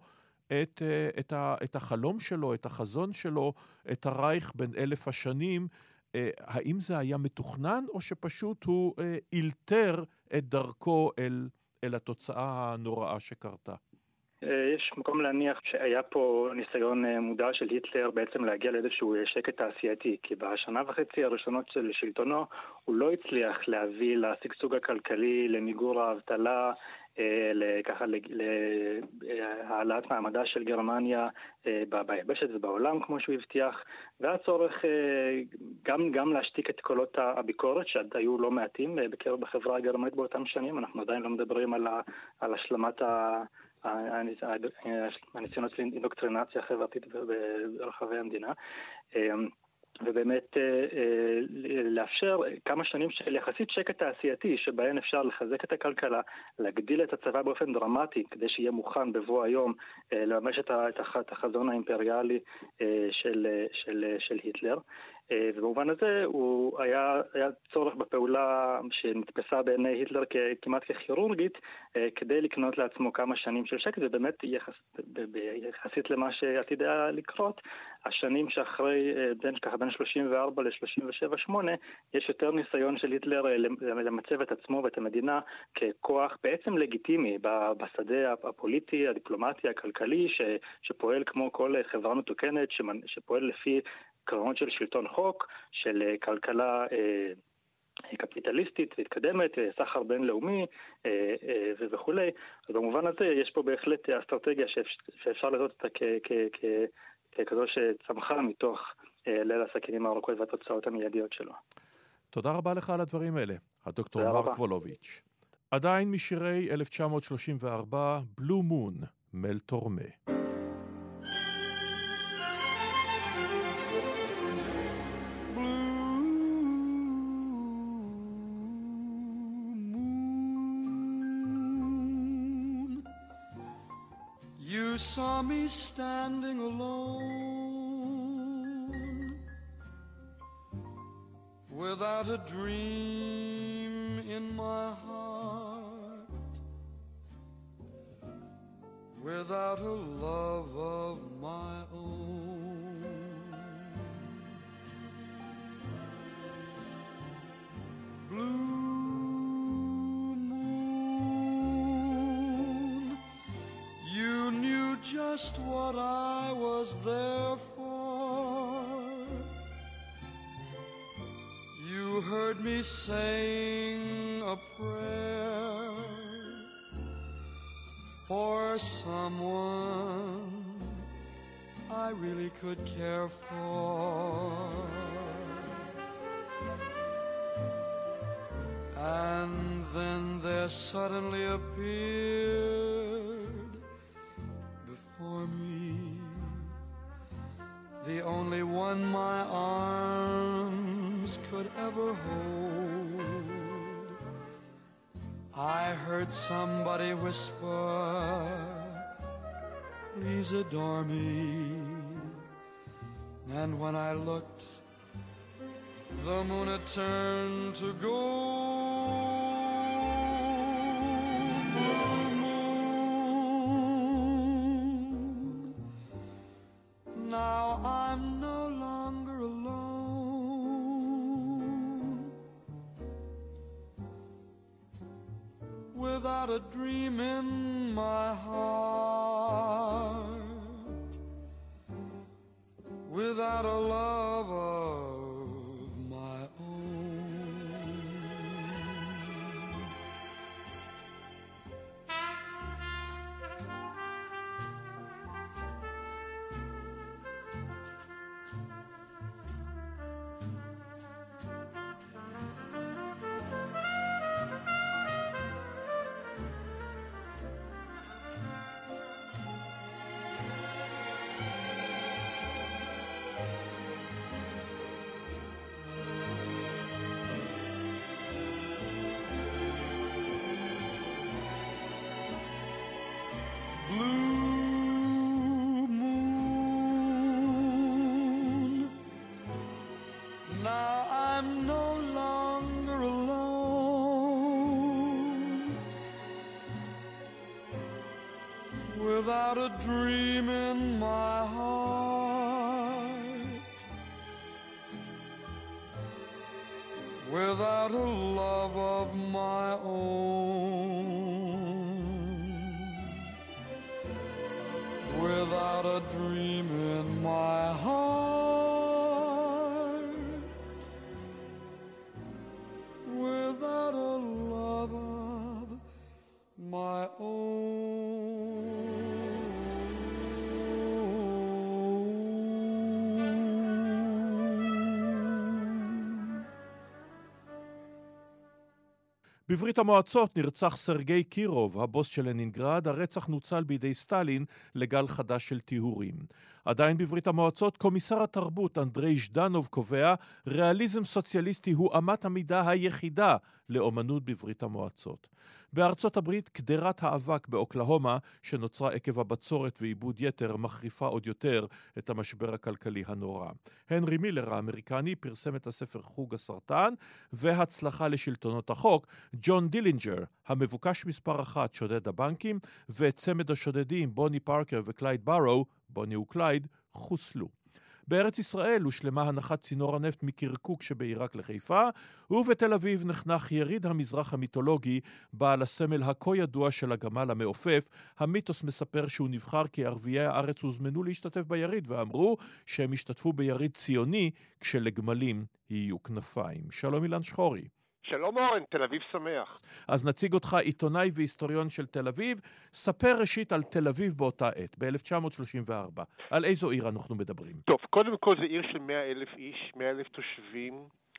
את החלום שלו, את החזון שלו, את הרייך בין 1000 השנים. האם זה היה מתוכנן, או שפשוט הוא אילתר את דרכו אל התוצאה הנוראה שקרתה? יש מקום להניח שהיה פה ניסיון מודע של היטלר בעצם להגיע לאיזשהו שקט תעשייתי, כי בשנה וחצי הראשונות של שלטונו הוא לא הצליח להביא לשגשוג הכלכלי, למיגור האבטלה, ככה להעלאת מעמדה של גרמניה ביבשת ובעולם כמו שהוא הבטיח, והיה צורך גם להשתיק את קולות הביקורת שהיו לא מעטים בקרב בחברה הגרמנית באותם שנים. אנחנו עדיין לא מדברים על השלמת הניסיונות של אינדוקטרינציה חברתית ברחבי המדינה, ובאמת לאפשר כמה שנים של יחסית שקט תעשייתי שבהן אפשר לחזק את הכלכלה, להגדיל את הצבא באופן דרמטי כדי שיהיה מוכן בבוא היום לממש את החזון האימפריאלי של היטלר. ובמובן הזה הוא היה צורך בפעולה שנתפסה בעיני היטלר כמעט ככירורגית, כדי לקנות לעצמו כמה שנים של שקט, ובאמת יחסית למה שעתיד היה לקרות, השנים שאחרי בין 34 ל-37-8 יש יותר ניסיון של היטלר למצב את עצמו ואת המדינה ככוח בעצם לגיטימי בשדה הפוליטי, הדיפלומטי, הכלכלי, שפועל כמו כל חברה מתוקנת, שפועל לפי עקרונות של שלטון חוק, של כלכלה קפיטליסטית והתקדמת, סחר בינלאומי וכו'. אז במובן הזה יש פה בהחלט אסטרטגיה שאפשר לראות אותה ככזו שצמחה מתוך ליל הסכינים הארוכות והתוצאות המיידיות שלו. תודה רבה לך על הדברים האלה, הדוקטור מרק וולוביץ'. עדיין משירי 1934, בלו מון, מל תורמה. You saw me standing alone, without a dream in my heart, without a love of my own. Blue just what I was there for. You heard me sing a prayer for someone I really could care for. And then there suddenly appeared before me the only one my arms could ever hold. I heard somebody whisper, please adore me. And when I looked, the moon had turned to gold. Blue moon, now I'm no longer alone, without a dream in my heart, without a love of my own. Blue moon, now I'm no longer alone, without a dream in my heart, without a love of my own, without a dream in my heart, without a love of my own. בברית המועצות נרצח סרגי קירוב, הבוס של לנינגרד. הרצח נוצל בידי סטלין לגל חדש של טיהורים. עדיין בברית המועצות, קומיסר התרבות אנדרי ז'דנוב קובע, ריאליזם סוציאליסטי הוא אמת המידה היחידה לאומנות בברית המועצות. בארצות הברית, קדרת האבק באוקלהומה, שנוצרה עקב הבצורת ועיבוד יתר, מחריפה עוד יותר את המשבר הכלכלי הנורא. הנרי מילר האמריקני פרסם את הספר חוג הסרטן והצלחה לשלטונות החוק. ג'ון דילינג'ר, המבוקש מספר 1, שודד הבנקים, וצמד השודדים בוני פארקר וקלייד ברו, בוני וקלייד, חוסלו. בארץ ישראל הושלמה הנחת צינור הנפט מקרקוק שבעיראק לחיפה, ובתל אביב נחנך יריד המזרח המיתולוגי בעל הסמל הכה ידוע של הגמל המעופף. המיתוס מספר שהוא נבחר כי ערביי הארץ הוזמנו להשתתף ביריד ואמרו שהם השתתפו ביריד ציוני כשלגמלים יהיו כנפיים. שלום אילן שחורי. שלום אורן, תל אביב שמח. אז נציג אותך, עיתונאי והיסטוריון של תל אביב. ספר ראשית על תל אביב באותה עת, ב-1934. על איזו עיר אנחנו מדברים? טוב, קודם כל זה עיר של 100,000 איש, 100,000 תושבים,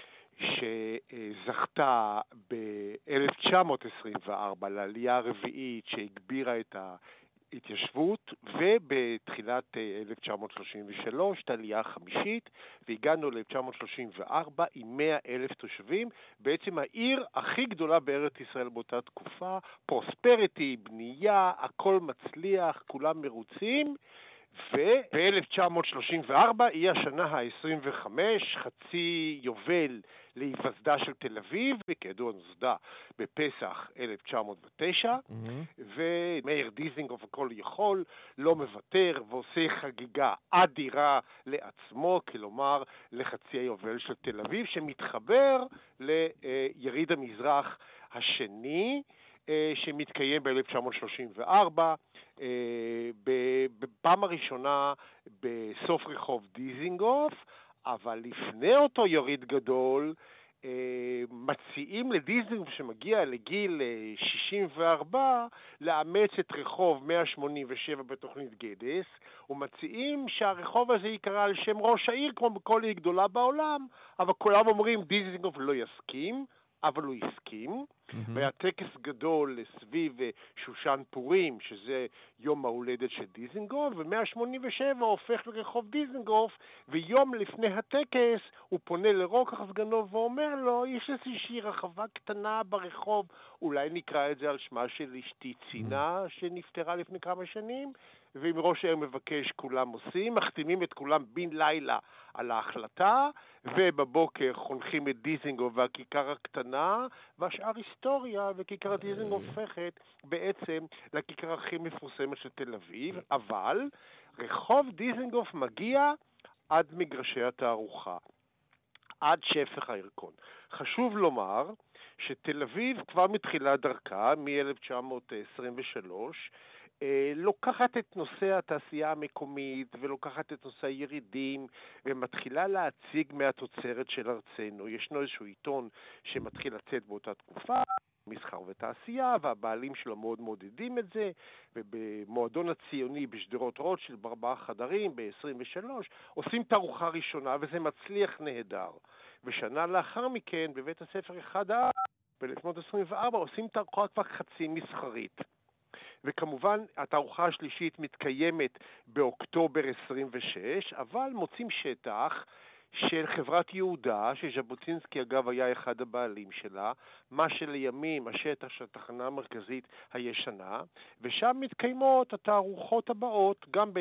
שזכתה ב-1924 לעלייה הרביעית שהגבירה את ההתיישבות, ובתחילת 1933 את העלייה החמישית, והגענו ל-1934 עם 100,000 תושבים, בעצם העיר הכי גדולה בארץ ישראל באותה תקופה, פרוספריטי, בנייה, הכל מצליח, כולם מרוצים, וב-1934 היא השנה ה-25, חצי יובל להיווסדה של תל אביב, וכידוע נוסדה בפסח 1909, ומאיר דיזינגוף הכל יכול, לא מוותר, ועושה חגיגה אדירה לעצמו, כלומר לחצי היובל של תל אביב, שמתחבר ליריד המזרח השני, שמתקיים ב-1934, בפעם הראשונה בסוף רחוב דיזינגוף, אבל לפני אותו יריד גדול, מציעים לדיזנגוף שמגיע לגיל 64 לאמץ את רחוב 187 בתוכנית גדס, ומציעים שהרחוב הזה יקרא על שם ראש העיר כמו בכל עיר גדולה בעולם, אבל כולם אומרים דיזנגוף לא יסכים, אבל הוא הסכים, והיה טקס גדול סביב שושן פורים, שזה יום ההולדת של דיזנגוף, ו-187 הופך לרחוב דיזנגוף, ויום לפני הטקס הוא פונה לרוקח סגנו ואומר לו, יש איזושהי רחבה קטנה ברחוב, אולי נקרא את זה על שמה של אשתי צינה, שנפטרה לפני כמה שנים, ואם ראש העיר מבקש כולם עושים, מחתימים את כולם בן לילה על ההחלטה, ובבוקר חונכים את דיזנגוף והכיכר הקטנה, והשאר היסטוריה, וכיכר דיזנגוף הופכת בעצם לכיכר הכי מפורסמת של תל אביב, אבל רחוב דיזנגוף מגיע עד מגרשי התערוכה, עד שפך הירקון. חשוב לומר שתל אביב כבר מתחילה דרכה, מ-1923, לוקחת את נושא התעשייה המקומית ולוקחת את נושא הירידים ומתחילה להציג מהתוצרת של ארצנו. ישנו איזשהו עיתון שמתחיל לצאת באותה תקופה, מסחר ותעשייה, והבעלים שלו מאוד מודדים את זה, ובמועדון הציוני בשדרות רוטשילד ב4 חדרים ב-23 עושים תערוכה ראשונה וזה מצליח נהדר. ושנה לאחר מכן בבית הספר 1A ב-1924 עושים תערוכה כבר חצי מסחרית. וכמובן, התערוכה השלישית מתקיימת באוקטובר 26, אבל מוצאים שטח של חברת יהודה, שז'בוטינסקי אגב היה אחד הבעלים שלה, מה שלימים השטח של התחנה המרכזית הישנה, ושם מתקיימות התערוכות הבאות גם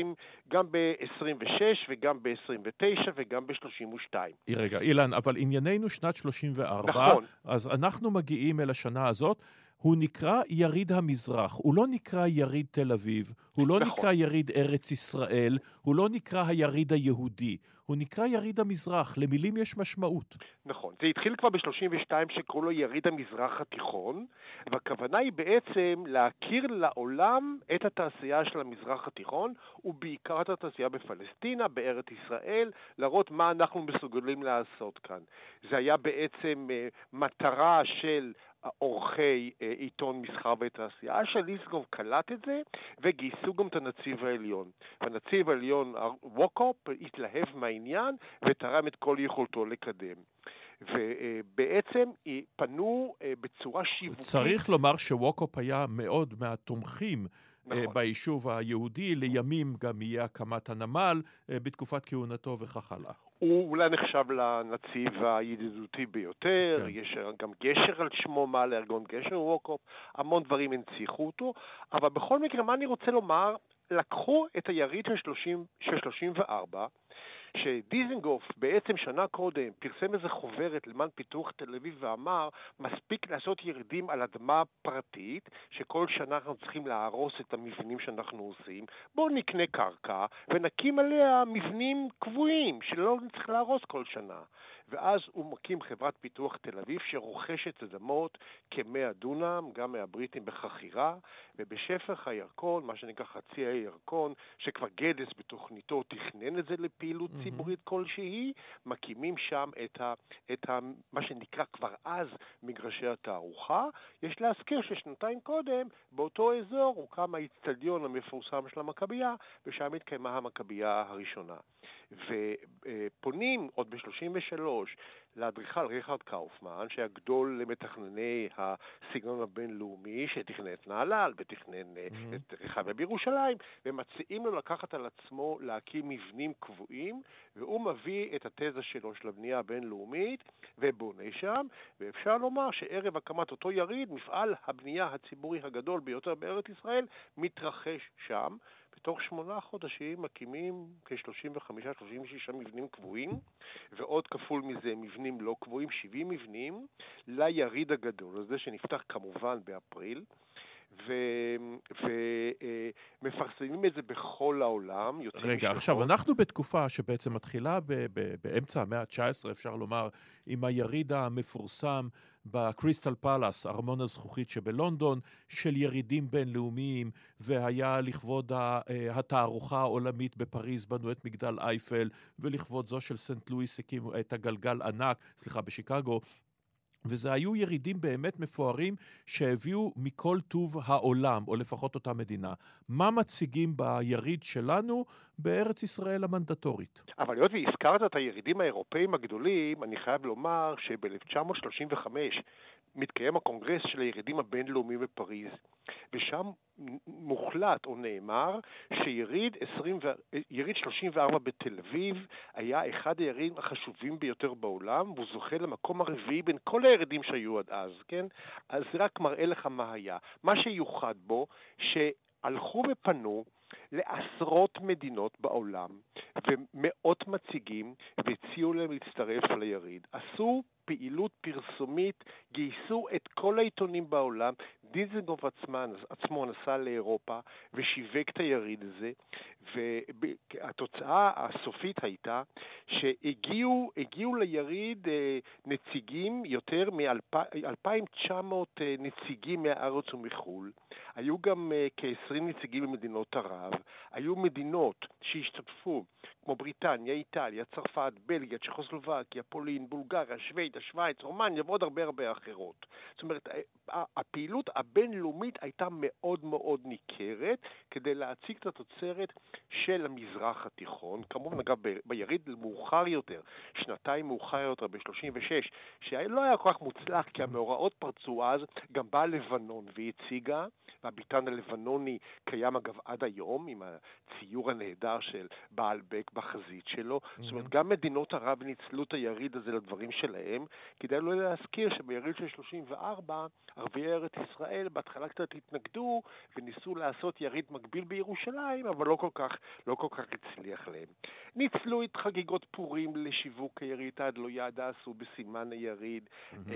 ב-26 וגם ב-29 וגם ב-32. רגע, אילן, אבל ענייננו שנת 34, נכון. אז אנחנו מגיעים אל השנה הזאת, הוא נקרא יריד המזרח, הוא לא נקרא יריד תל אביב, הוא לא נקרא יריד ארץ ישראל, הוא לא נקרא היריד היהודי, הוא נקרא יריד המזרח, למילים יש משמעות. נכון, זה התחיל כבר ב-32 שקראו לו יריד המזרח התיכון, והכוונה היא בעצם להכיר לעולם את התעשייה של המזרח התיכון, ובעיקר את התעשייה בפלסטינה, בארץ ישראל, להראות מה אנחנו מסוגלים לעשות כאן. זה היה בעצם מטרה של עורכי עיתון מסחר ותעשייה, שדיזנגוף קלט את זה, וגייסו גם את הנציב העליון. והנציב העליון, ווקופ, התלהב מהעניין, ותרם את כל יכולתו לקדם. ובעצם פנו בצורה שיווקית. צריך לומר שווקופ היה מאוד מהתומכים ביישוב היהודי, לימים גם יהיה הקמת הנמל בתקופת כהונתו וכך הלאה. הוא אולי נחשב לנציב הידידותי ביותר, יש גם גשר על שמו, מה לארגון גשר ווקופ, המון דברים הנציחו אותו, אבל בכל מקרה מה אני רוצה לומר, לקחו את היריד של 34, שדיזנגוף בעצם שנה קודם פרסם איזה חוברת למען פיתוח תל אביב ואמר, מספיק לעשות ירידים על אדמה פרטית, שכל שנה אנחנו צריכים להרוס את המבנים שאנחנו עושים, בואו נקנה קרקע ונקים עליה מבנים קבועים שלא נצטרך להרוס כל שנה. ואז הוא מקים חברת פיתוח תל אביב שרוכשת אדמות כ100 דונם, גם מהבריטים בחכירה, ובשפך הירקון, מה שנקרא חצי הירקון, שכבר גדס בתוכניתו תכנן את זה לפעילות ציבורית כלשהי, מקימים שם את מה שנקרא כבר אז מגרשי התערוכה. יש להזכיר ששנתיים קודם, באותו אזור הוקם האצטדיון המפורסם של המכבייה, ושם התקיימה המכבייה הראשונה. ופונים עוד ב-33 לאדריכל ריכרד קאופמן, שהיה גדול למתכנני הסגנון הבינלאומי, שתכנן את נהלל ותכנן את רחביה בירושלים, ומציעים לו לקחת על עצמו להקים מבנים קבועים, והוא מביא את התזה שלו של הבנייה הבינלאומית ובונה שם, ואפשר לומר שערב הקמת אותו יריד, מפעל הבנייה הציבורי הגדול ביותר בארץ ישראל מתרחש שם. בתוך 8 חודשים מקימים כ-35-36 מבנים קבועים, ועוד כפול מזה מבנים לא קבועים, 70 מבנים, ליריד הגדול הזה שנפתח כמובן באפריל, ומפרסמים את זה בכל העולם. רגע, עכשיו, אנחנו בתקופה שבעצם מתחילה באמצע המאה ה-19, אפשר לומר, עם היריד המפורסם בקריסטל פלאס, ארמון הזכוכית שבלונדון, של ירידים בינלאומיים, והיה לכבוד התערוכה העולמית בפריז, בנו את מגדל אייפל, ולכבוד זו של סנט לואיס הקימו את הגלגל ענק, בשיקגו, וזה היו ירידים באמת מפוארים שהביאו מכל טוב העולם, או לפחות אותה מדינה. מה מציגים ביריד שלנו בארץ ישראל המנדטורית? אבל היות והזכרת את הירידים האירופאים הגדולים, אני חייב לומר שב-1935 מתקיים הקונגרס של הירידים הבינלאומיים בפריז, ושם מוחלט או נאמר שיריד 34 בתל אביב היה אחד הירידים החשובים ביותר בעולם, והוא זוכה למקום הרביעי בין כל הירידים שהיו עד אז, כן? אז זה רק מראה לך מה היה. מה שיוחד בו, שהלכו ופנו לעשרות מדינות בעולם, ומאות מציגים, והציעו להם להצטרף ליריד. עשו פעילות פרסומית, גייסו את כל העיתונים בעולם, דיזנגוף עצמו נסע לאירופה ושיווק את היריד הזה, והתוצאה הסופית הייתה שהגיעו ליריד נציגים, יותר מ-2,900 נציגים מהארץ ומחול. היו גם כ-20 נציגים ממדינות ערב. היו מדינות שהשתתפו, כמו בריטניה, איטליה, צרפת, בלגיה, צ'כוסלובקיה, פולין, בולגריה, שוודיה, שווייץ, רומניה ועוד הרבה אחרות. זאת אומרת, הפעילות הבינלאומית הייתה מאוד מאוד ניכרת כדי להציג את התוצרת של המזרח התיכון. כמובן, אגב, ביריד מאוחר יותר, שנתיים מאוחר יותר, ב-36, שלא היה כל כך מוצלח, כי המאורעות פרצו אז, גם באה לבנון והציגה, והביטן הלבנוני קיים אגב עד היום, עם הציור הנהדר של בעל בק בחזית שלו. זאת אומרת, גם מדינות ערב ניצלו את היריד הזה לדברים שלהם. כדאי לא להזכיר שביריד של 34, ערביי ארץ ישראל בהתחלה קצת התנגדו, וניסו לעשות יריד מקביל בירושלים, אבל לא כל כך הצליח להם. ניצלו את חגיגות פורים לשיווק היריד, עד לא יעדה עשו בסימן היריד.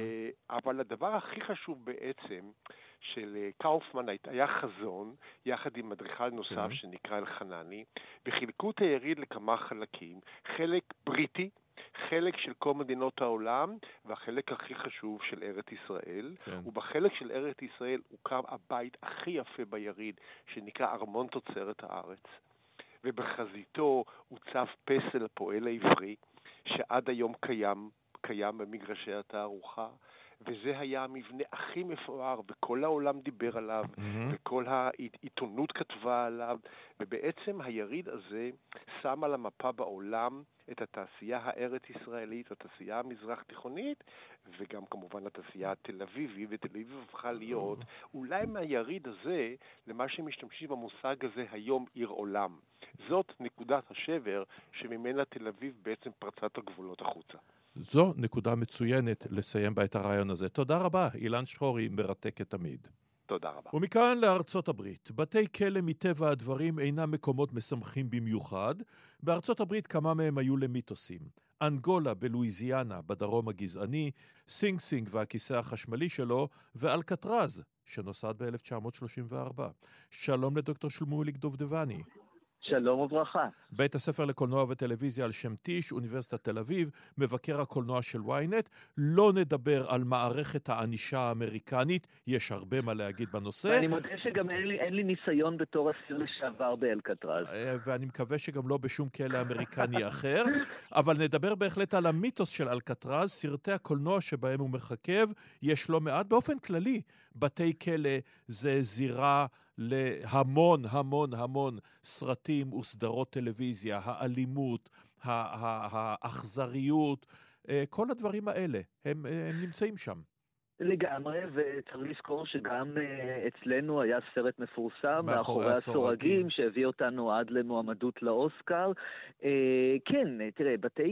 אבל הדבר הכי חשוב בעצם, של קאופמן היה חזון, יחד עם מדריכל נוסף שנקרא אלחנני, וחילקו את היריד לכמה חלקים, חלק בריטי, חלק של כל מדינות העולם, והחלק הכי חשוב של ארץ ישראל, ובחלק של ארץ ישראל הוקם הבית הכי יפה ביריד, שנקרא ארמון תוצרת הארץ, ובחזיתו הוצב פסל הפועל העברי, שעד היום קיים במגרשי התערוכה, וזה היה המבנה הכי מפואר, וכל העולם דיבר עליו, וכל העיתונות כתבה עליו, ובעצם היריד הזה שם על המפה בעולם את התעשייה הארץ ישראלית, התעשייה המזרח תיכונית, וגם כמובן התעשייה התל אביבית, ותל אביב הפכה להיות אולי מהיריד הזה למה שמשתמשים במושג הזה היום עיר עולם. זאת נקודת השבר שממנה תל אביב בעצם פרצה את הגבולות החוצה. זו נקודה מצוינת לסיים בה את הרעיון הזה. תודה רבה, אילן שחורי, מרתקת תמיד. תודה רבה. ומכאן לארצות הברית. בתי כלא מטבע הדברים אינם מקומות משמחים במיוחד. בארצות הברית כמה מהם היו למיתוסים. אנגולה בלואיזיאנה, בדרום הגזעני, סינג סינג והכיסא החשמלי שלו, ואלקטרז, שנוסד ב-1934. שלום לדוקטור שלמוליק דובדבני. שלום וברכה. בית הספר לקולנוע וטלוויזיה על שם טיש, אוניברסיטת תל אביב, מבקר הקולנוע של וויינט. לא נדבר על מערכת הענישה האמריקנית, יש הרבה מה להגיד בנושא. ואני מודה שגם אין לי ניסיון בתור אסיר לשעבר באלקטרז. ואני מקווה שגם לא בשום כלא אמריקני אחר, אבל נדבר בהחלט על המיתוס של אלקטרז, סרטי הקולנוע שבהם הוא מחכב, יש לא מעט. באופן כללי, בתי כלא זה זירה להמון סרטים וסדרות טלוויזיה, האלימות, האכזריות, כל הדברים האלה, הם נמצאים שם. לגמרי, וצריך לזכור שגם אצלנו היה סרט מפורסם, מאחורי הסורגים, שהביא אותנו עד למועמדות לאוסקר. כן, תראה,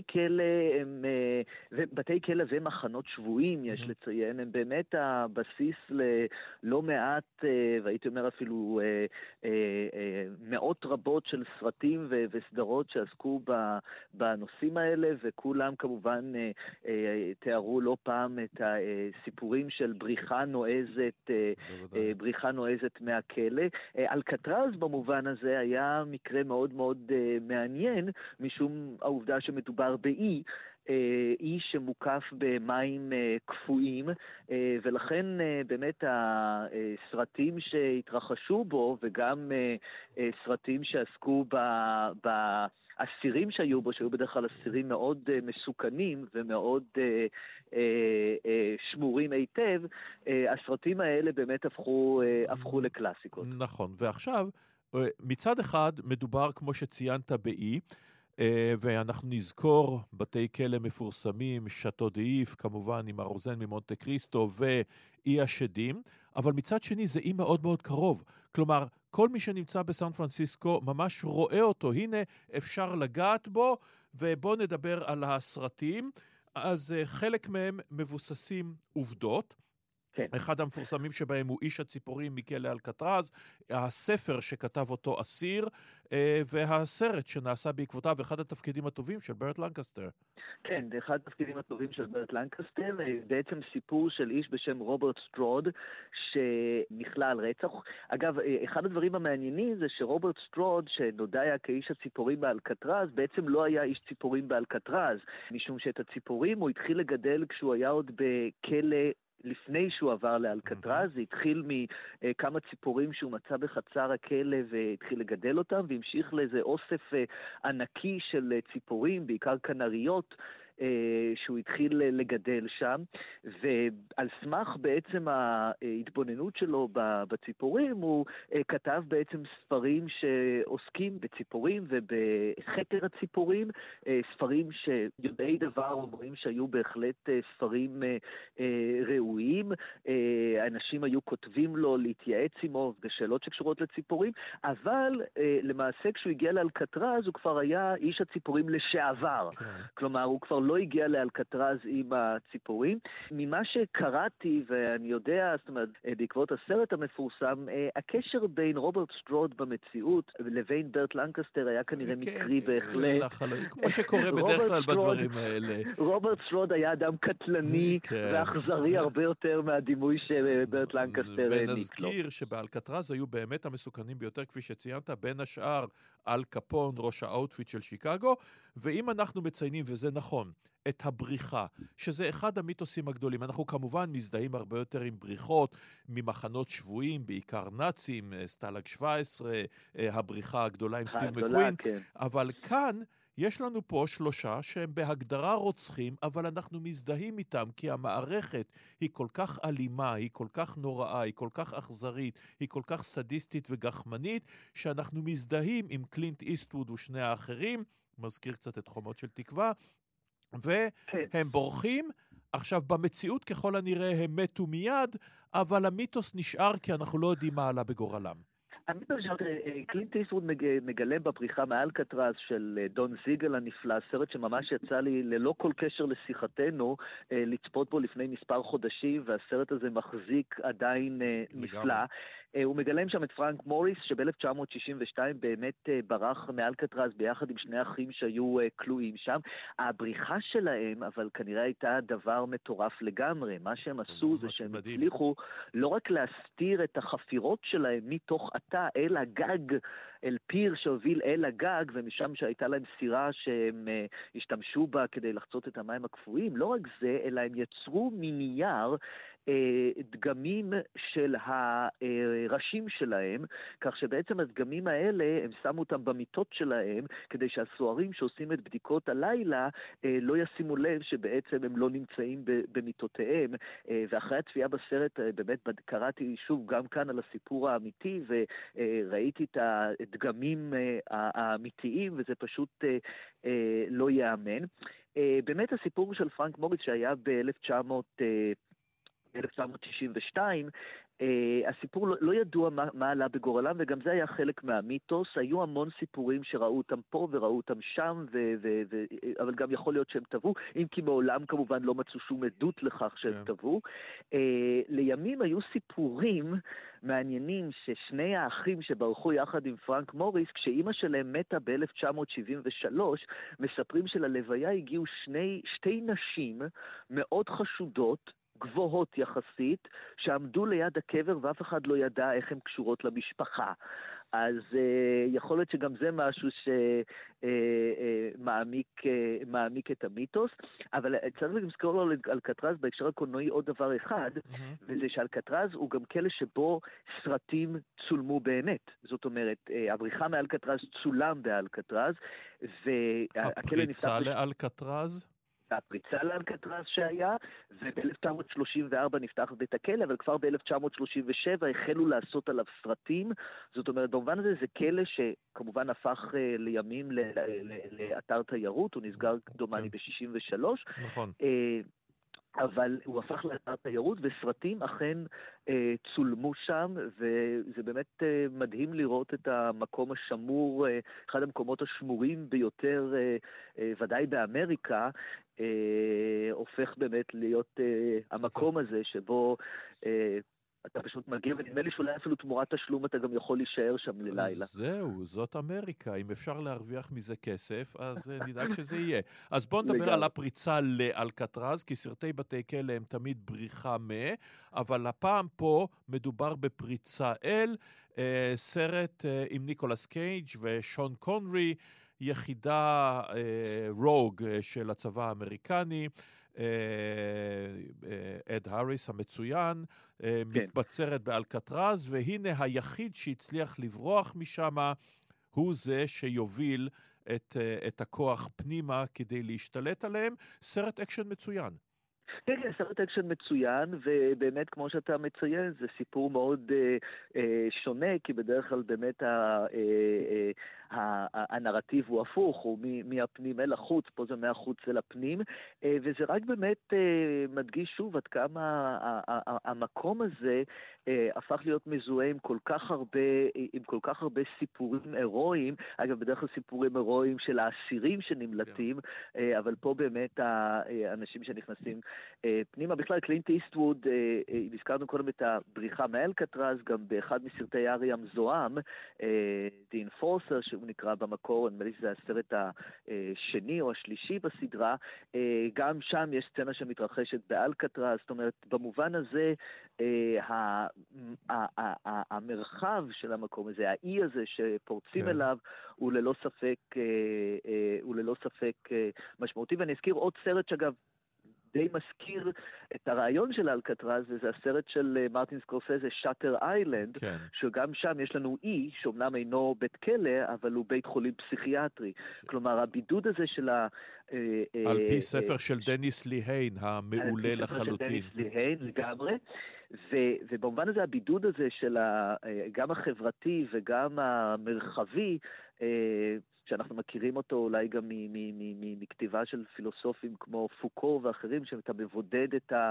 בתי כלא ומחנות שבויים, יש לציין, הם באמת הבסיס ללא מעט, והייתי אומר אפילו מאות רבות של סרטים וסדרות שעסקו בנושאים האלה, וכולם כמובן תיארו לא פעם את הסיפורים סיפורים של בריחה נועזת מהכלא. אלקטרז במובן הזה היה מקרה מאוד מאוד מעניין, משום העובדה שמדובר באי, אי שמוקף במים קפואים, ולכן באמת הסרטים שהתרחשו בו, וגם סרטים שעסקו באסירים שהיו בו, שהיו בדרך כלל אסירים מאוד מסוכנים ומאוד שמורים היטב, הסרטים האלה באמת הפכו לקלאסיקות. נכון, ועכשיו מצד אחד מדובר, כמו ציינת, באי, ואנחנו נזכור בתי כלא מפורסמים, שאטו דאיף, כמובן עם הרוזן ממונטה קריסטו ואי השדים, אבל מצד שני זה אי מאוד מאוד קרוב. כלומר, כל מי שנמצא בסן פרנסיסקו ממש רואה אותו, הנה אפשר לגעת בו, ובוא נדבר על הסרטים. אז חלק מהם מבוססים עובדות, כן. אחד המפורסמים שבהם הוא איש הציפורים מכלא אלקטרז, הספר שכתב אותו אסיר, והסרט שנעשה בעקבותיו, אחד התפקידים הטובים של ברט לנקסטר. כן, אחד התפקידים הטובים של ברט לנקסטר, בעצם סיפור של איש בשם רוברט סטרוד, שנכלא על רצח. אגב, אחד הדברים המעניינים זה שרוברט סטרוד, שנודע היה כאיש הציפורים באלקטרז, בעצם לא היה איש ציפורים באלקטרז, משום שאת הציפורים הוא התחיל לגדל כשהוא היה עוד בכלא לפני שהוא עבר לאלקטרז. זה התחיל מכמה ציפורים שהוא מצא בחצר הכלא והתחיל לגדל אותם, והמשיך לאיזה אוסף ענקי של ציפורים, בעיקר קנריות, שהוא התחיל לגדל שם, ועל סמך בעצם ההתבוננות שלו בציפורים, הוא כתב בעצם ספרים שעוסקים בציפורים ובחקר הציפורים, ספרים שיודעי דבר אומרים שהיו בהחלט ספרים ראויים, אנשים היו כותבים לו להתייעץ עמו בשאלות שקשורות לציפורים, אבל למעשה כשהוא הגיע לאלקטרז הוא כבר היה איש הציפורים לשעבר, כלומר הוא כבר לא הגיע לאלקטרז עם הציפורים. ממה שקראתי, ואני יודע, זאת אומרת, בעקבות הסרט המפורסם, הקשר בין רוברט סטרוד במציאות לבין ברט לנקסטר היה כנראה מקרי בהחלט. כמו שקורה בדרך כלל בדברים האלה. רוברט סטרוד היה אדם קטלני ואכזרי הרבה יותר מהדימוי שברט לנקסטר העניק לו. ונזכיר שבאלקטרז היו באמת המסוכנים ביותר, כפי שציינת, בין השאר אל קפון, ראש האוטפיט של שיקגו, ואם אנחנו מציינים, וזה נכון, את הבריחה, שזה אחד המיתוסים הגדולים. אנחנו כמובן מזדהים הרבה יותר עם בריחות ממחנות שבויים, בעיקר נאצים, סטלג 17, הבריחה הגדולה עם סטיב מקווין, כן. אבל כאן יש לנו פה שלושה שהם בהגדרה רוצחים, אבל אנחנו מזדהים איתם, כי המערכת היא כל כך אלימה, היא כל כך נוראה, היא כל כך אכזרית, היא כל כך סדיסטית וגחמנית, שאנחנו מזדהים עם קלינט איסטווד ושני האחרים, מזכיר קצת את חומות של תקווה, והם בורחים. עכשיו, במציאות ככל הנראה הם מתו מיד, אבל המיתוס נשאר כי אנחנו לא יודעים מה עלה בגורלם. המיתוס קלינט איסטווד מגלם בבריחה מאלקטרז של דון זיגל הנפלא, סרט שממש יצא לי ללא כל קשר לשיחתנו לצפות בו לפני מספר חודשים, והסרט הזה מחזיק עדיין נפלא. הוא מגלם שם את פרנק מוריס, שב-1962 באמת ברח מאלקטרז ביחד עם שני אחים שהיו כלואים שם. הבריחה שלהם, אבל כנראה הייתה דבר מטורף לגמרי. מה שהם עשו זה שהם הצליחו לא רק להסתיר את החפירות שלהם מתוך התא אל הגג, אל פיר שהוביל אל הגג, ומשם שהייתה להם סירה שהם השתמשו בה כדי לחצות את המים הקפואים. לא רק זה, אלא הם יצרו מנייר דגמים של הראשים שלהם, כך שבעצם הדגמים האלה הם שמו אותם במיטות שלהם, כדי שהסוהרים שעושים את בדיקות הלילה לא ישימו לב שבעצם הם לא נמצאים במיטותיהם. ואחרי הצפייה בסרט באמת קראתי שוב גם כאן על הסיפור האמיתי, וראיתי את הדגמים האמיתיים, וזה פשוט לא יאמן. באמת הסיפור של פרנק מוריס שהיה ב-1992, הסיפור לא ידוע מה עלה בגורלם, וגם זה היה חלק מהמיתוס. היו המון סיפורים שראו אותם פה וראו אותם שם, אבל גם יכול להיות שהם טבעו, אם כי מעולם כמובן לא מצאו שום עדות לכך שהם טבעו. לימים היו סיפורים מעניינים ששני האחים שברחו יחד עם פרנק מוריס, כשאימא שלהם מתה ב-1973, מספרים שללוויה הגיעו שתי נשים מאוד חשודות, גבוהות יחסית, שעמדו ליד הקבר ואף אחד לא ידע איך הן קשורות למשפחה. אז יכול להיות שגם זה משהו שמעמיק את המיתוס, אבל צריך לזכור לו על אלקטרז בהקשר הקולנועי עוד דבר אחד, וזה שאלקטרז הוא גם כלא שבו סרטים צולמו באמת. זאת אומרת, הבריחה מאלקטרז צולם באלקטרז, הפריצה לאלקטרז? הפריצה לאלקטרז שהיה, וב-1934 נפתח בית הכלא, אבל כבר ב-1937 החלו לעשות עליו סרטים. זאת אומרת, במובן הזה זה כלא שכמובן הפך לימים לאתר תיירות, הוא נסגר דומני ב-63. נכון. אבל הוא הפך לאתר תיירות, וסרטים אכן צולמו שם, וזה באמת מדהים לראות את המקום השמור, אחד המקומות השמורים ביותר, ודאי באמריקה, הופך באמת להיות המקום הזה שבו אתה פשוט מגיע, ונדמה לי שאולי אפילו תמורת תשלום אתה גם יכול להישאר שם ללילה. זהו, זאת אמריקה. אם אפשר להרוויח מזה כסף, אז נדאג שזה יהיה. אז בואו נדבר על הפריצה לאלקטרז, כי סרטי בתי כלא הם תמיד בריחה אבל הפעם פה מדובר בפריצה סרט עם ניקולס קייג' ושון קונרי, יחידה רוג של הצבא האמריקני, אד האריס המצוין, מתבצרת באלקטרז, והנה היחיד שהצליח לברוח משם הוא זה שיוביל את הכוח פנימה כדי להשתלט עליהם. סרט אקשן מצוין. כן, סרט אקשן מצוין, ובאמת כמו שאתה מציין, זה סיפור מאוד שונה, כי בדרך כלל באמת הנרטיב הוא הפוך, הוא מהפנים אל החוץ, פה זה מהחוץ אל הפנים, וזה רק באמת מדגיש שוב עד כמה המקום הזה הפך להיות מזוהה עם כל כך הרבה סיפורים הירואיים, אגב בדרך כלל סיפורים הירואיים של האסירים שנמלטים, אבל פה באמת האנשים שנכנסים פנימה. בכלל קלינט איסטווד, הזכרנו קודם את הבריחה מאלקטרז, גם באחד מסרטי ארי המזוהם, The Enforcer, שהוא נקרא במקור, נדמה לי שזה הסרט השני או השלישי בסדרה, גם שם יש סצנה שמתרחשת באלקטרז. זאת אומרת, במובן הזה המרחב של המקום הזה, האי הזה שפורצים אליו, הוא ללא ספק משמעותי. ואני אזכיר עוד סרט שאגב די מזכיר את הרעיון של אלקטרז, וזה הסרט של מרטין סקורסזה, שאטר איילנד, שגם שם יש לנו אי, שאומנם אינו בית כלא, אבל הוא בית חולים פסיכיאטרי. כלומר, הבידוד הזה של על פי ספר של דניס ליהיין, המעולה לחלוטין. דניס ליהיין, לגמרי. ובמובן הזה הבידוד הזה של גם החברתי וגם המרחבי, שאנחנו מכירים אותו אולי גם מכתיבה של פילוסופים כמו פוקו ואחרים, שאתה מבודד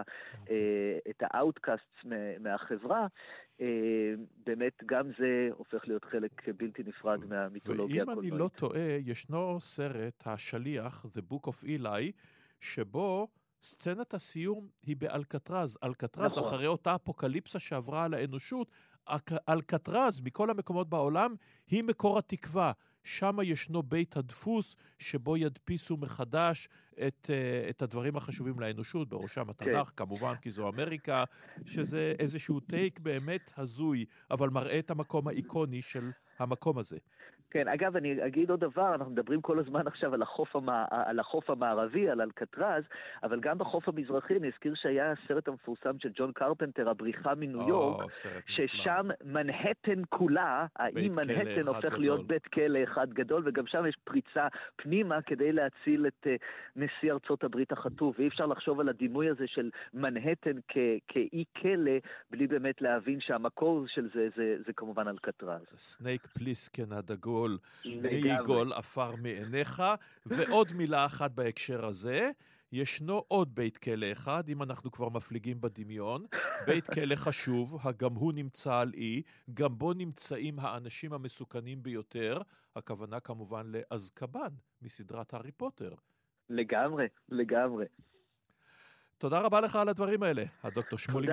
את האוטקאסט מהחברה, באמת גם זה הופך להיות חלק בלתי נפרד מהמיתולוגיה הקולנועית. ואם אני לא טועה, ישנו סרט, השליח, The Book of Eli, שבו סצנת הסיום היא באלקטרז. אלקטרז, נכון. אחרי אותה אפוקליפסה שעברה על האנושות, אלקטרז מכל המקומות בעולם היא מקור התקווה. שם ישנו בית הדפוס שבו ידפיסו מחדש את הדברים החשובים לאנושות, בראשם התנ"ך, כמובן, כי זו אמריקה, שזה איזשהו טייק באמת הזוי, אבל מראה את המקום האיקוני של המקום הזה. כן, אגב, אני אגיד עוד דבר, אנחנו מדברים כל הזמן עכשיו על החוף המערבי, על אלקטרז, אבל גם בחוף המזרחי, אני אזכיר שהיה הסרט המפורסם של ג'ון קרפנטר, הבריחה מניו יורק, ששם מנהטן כולה, האי מנהטן הופך להיות בית כלא אחד גדול, וגם שם יש פריצה פנימה כדי להציל את נשיא ארצות הברית החטוף, ואי אפשר לחשוב על הדימוי הזה של מנהטן כאי כלא, בלי באמת להבין שהמקור של זה כמובן אלקטרז. סנייק פליסקן הדגול, מעיגול אפר מעיניך. ועוד מילה אחת בהקשר הזה, ישנו עוד בית כלא אחד, אם אנחנו כבר מפליגים בדמיון, בית כלא חשוב, גם הוא נמצא על אי, גם בו נמצאים האנשים המסוכנים ביותר, הכוונה כמובן לאזקבאן, מסדרת הארי פוטר. לגמרי, לגמרי. תודה רבה לך על הדברים האלה, הדוקטור שמוליק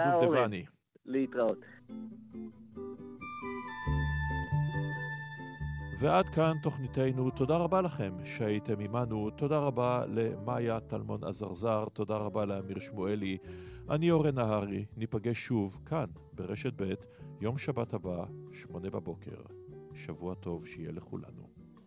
ועד כאן תוכניתנו. תודה רבה לכם שהייתם עמנו. תודה רבה למאיה טלמון עזרזר. תודה רבה לאמיר שמואלי. אני אורן נהרי. ניפגש שוב כאן ברשת ב' יום שבת הבא, 8 בבוקר. שבוע טוב שיהיה לכולנו.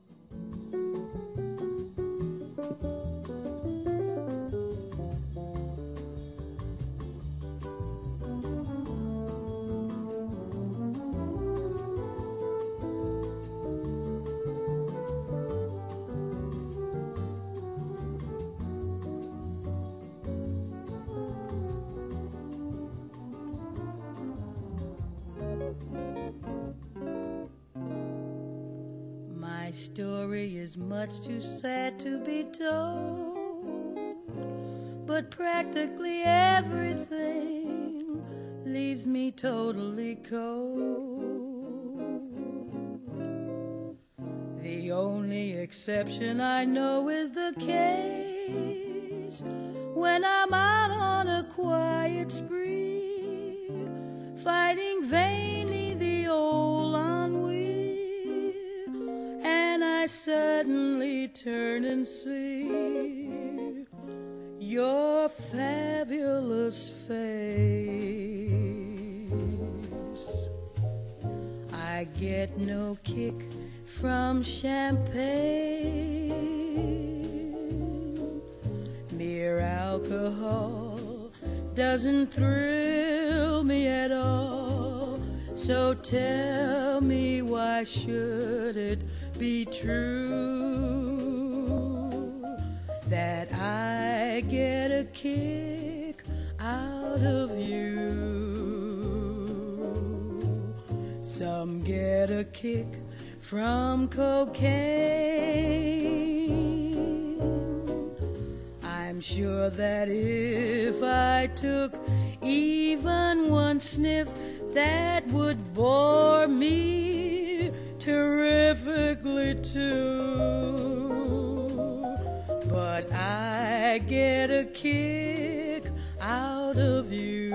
My story is much too sad to be told, but practically everything leaves me totally cold. The only exception I know is the case when I'm out on a quiet spree, fighting vainly the old ennui, and I suddenly turn and see your fabulous face. I get no kick from champagne. Mere alcohol doesn't thrill me at all. So tell me, why should it be true that I get a kick out of you? Some get a kick from cocaine. I'm sure that if I took even one sniff, that would bore me terrifically too. But I get a kick out of you.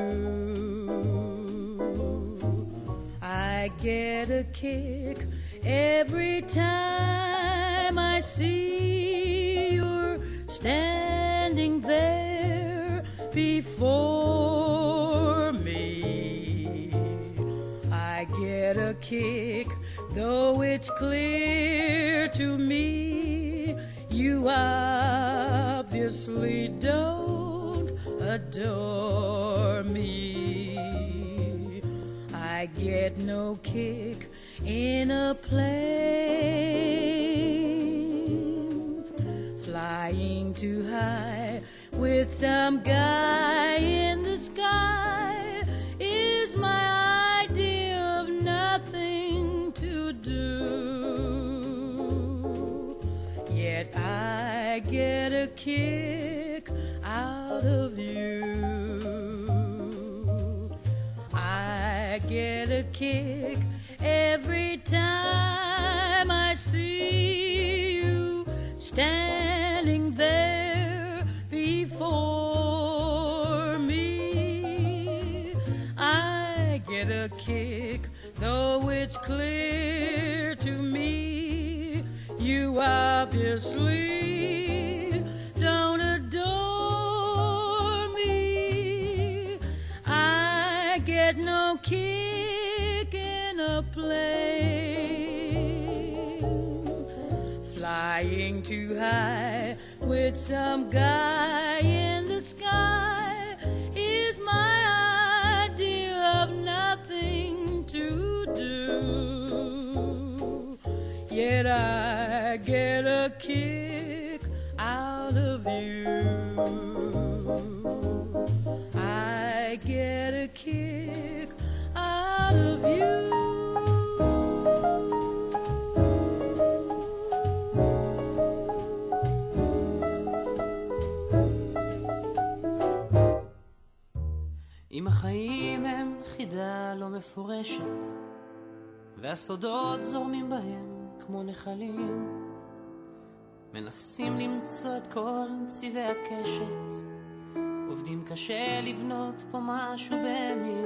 I get a kick every time I see you're standing there before me. I get a kick, though it's clear to me you obviously don't adore me. I get no kick in a plane, flying too high with some guy in the sky is my idea of nothing to do. Yet I get a kick out of you. I get a kick every time I see you standing there before me. I get a kick, though it's clear to me you obviously don't adore me. I get no kick in a plane, flying too high with some guy in the sky is my idea of nothing to do. Yet I get a kick out of you. I get a kick out of you. אם החיים הם חידה לא מפורשת והסודות זורמים בהם כמו נחלים, מנסים למצוא את כל צבעי הקשת, עובדים קשה לבנות פה משהו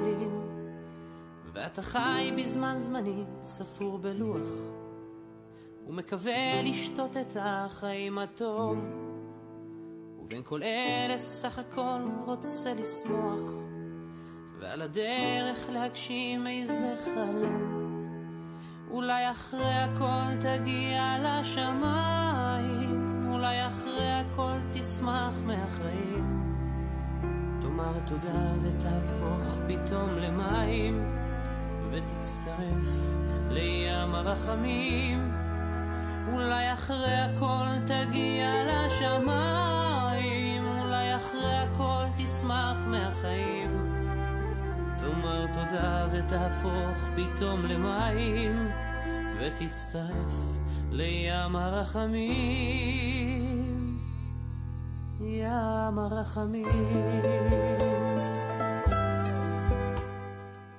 במילים, ואתה חי בזמן זמני ספור בלוח, ומקווה לשתות את החיים התום, ובין כל אלה סך הכל רוצה לשמוח, ועל הדרך להגשים איזה חלום. אולי אחרי הכל תגיע לשמיים, אולי אחרי הכל תשמח מהחיים, תאמר תודה ותהפוך פתאום למים, ותצטרף לים הרחמים. אולי אחרי הכל תגיע לשמיים, אולי אחרי הכל תשמח מהחיים, תאמר תודה ותהפוך פתאום למים, ותצטרף לים הרחמים, ים הרחמים.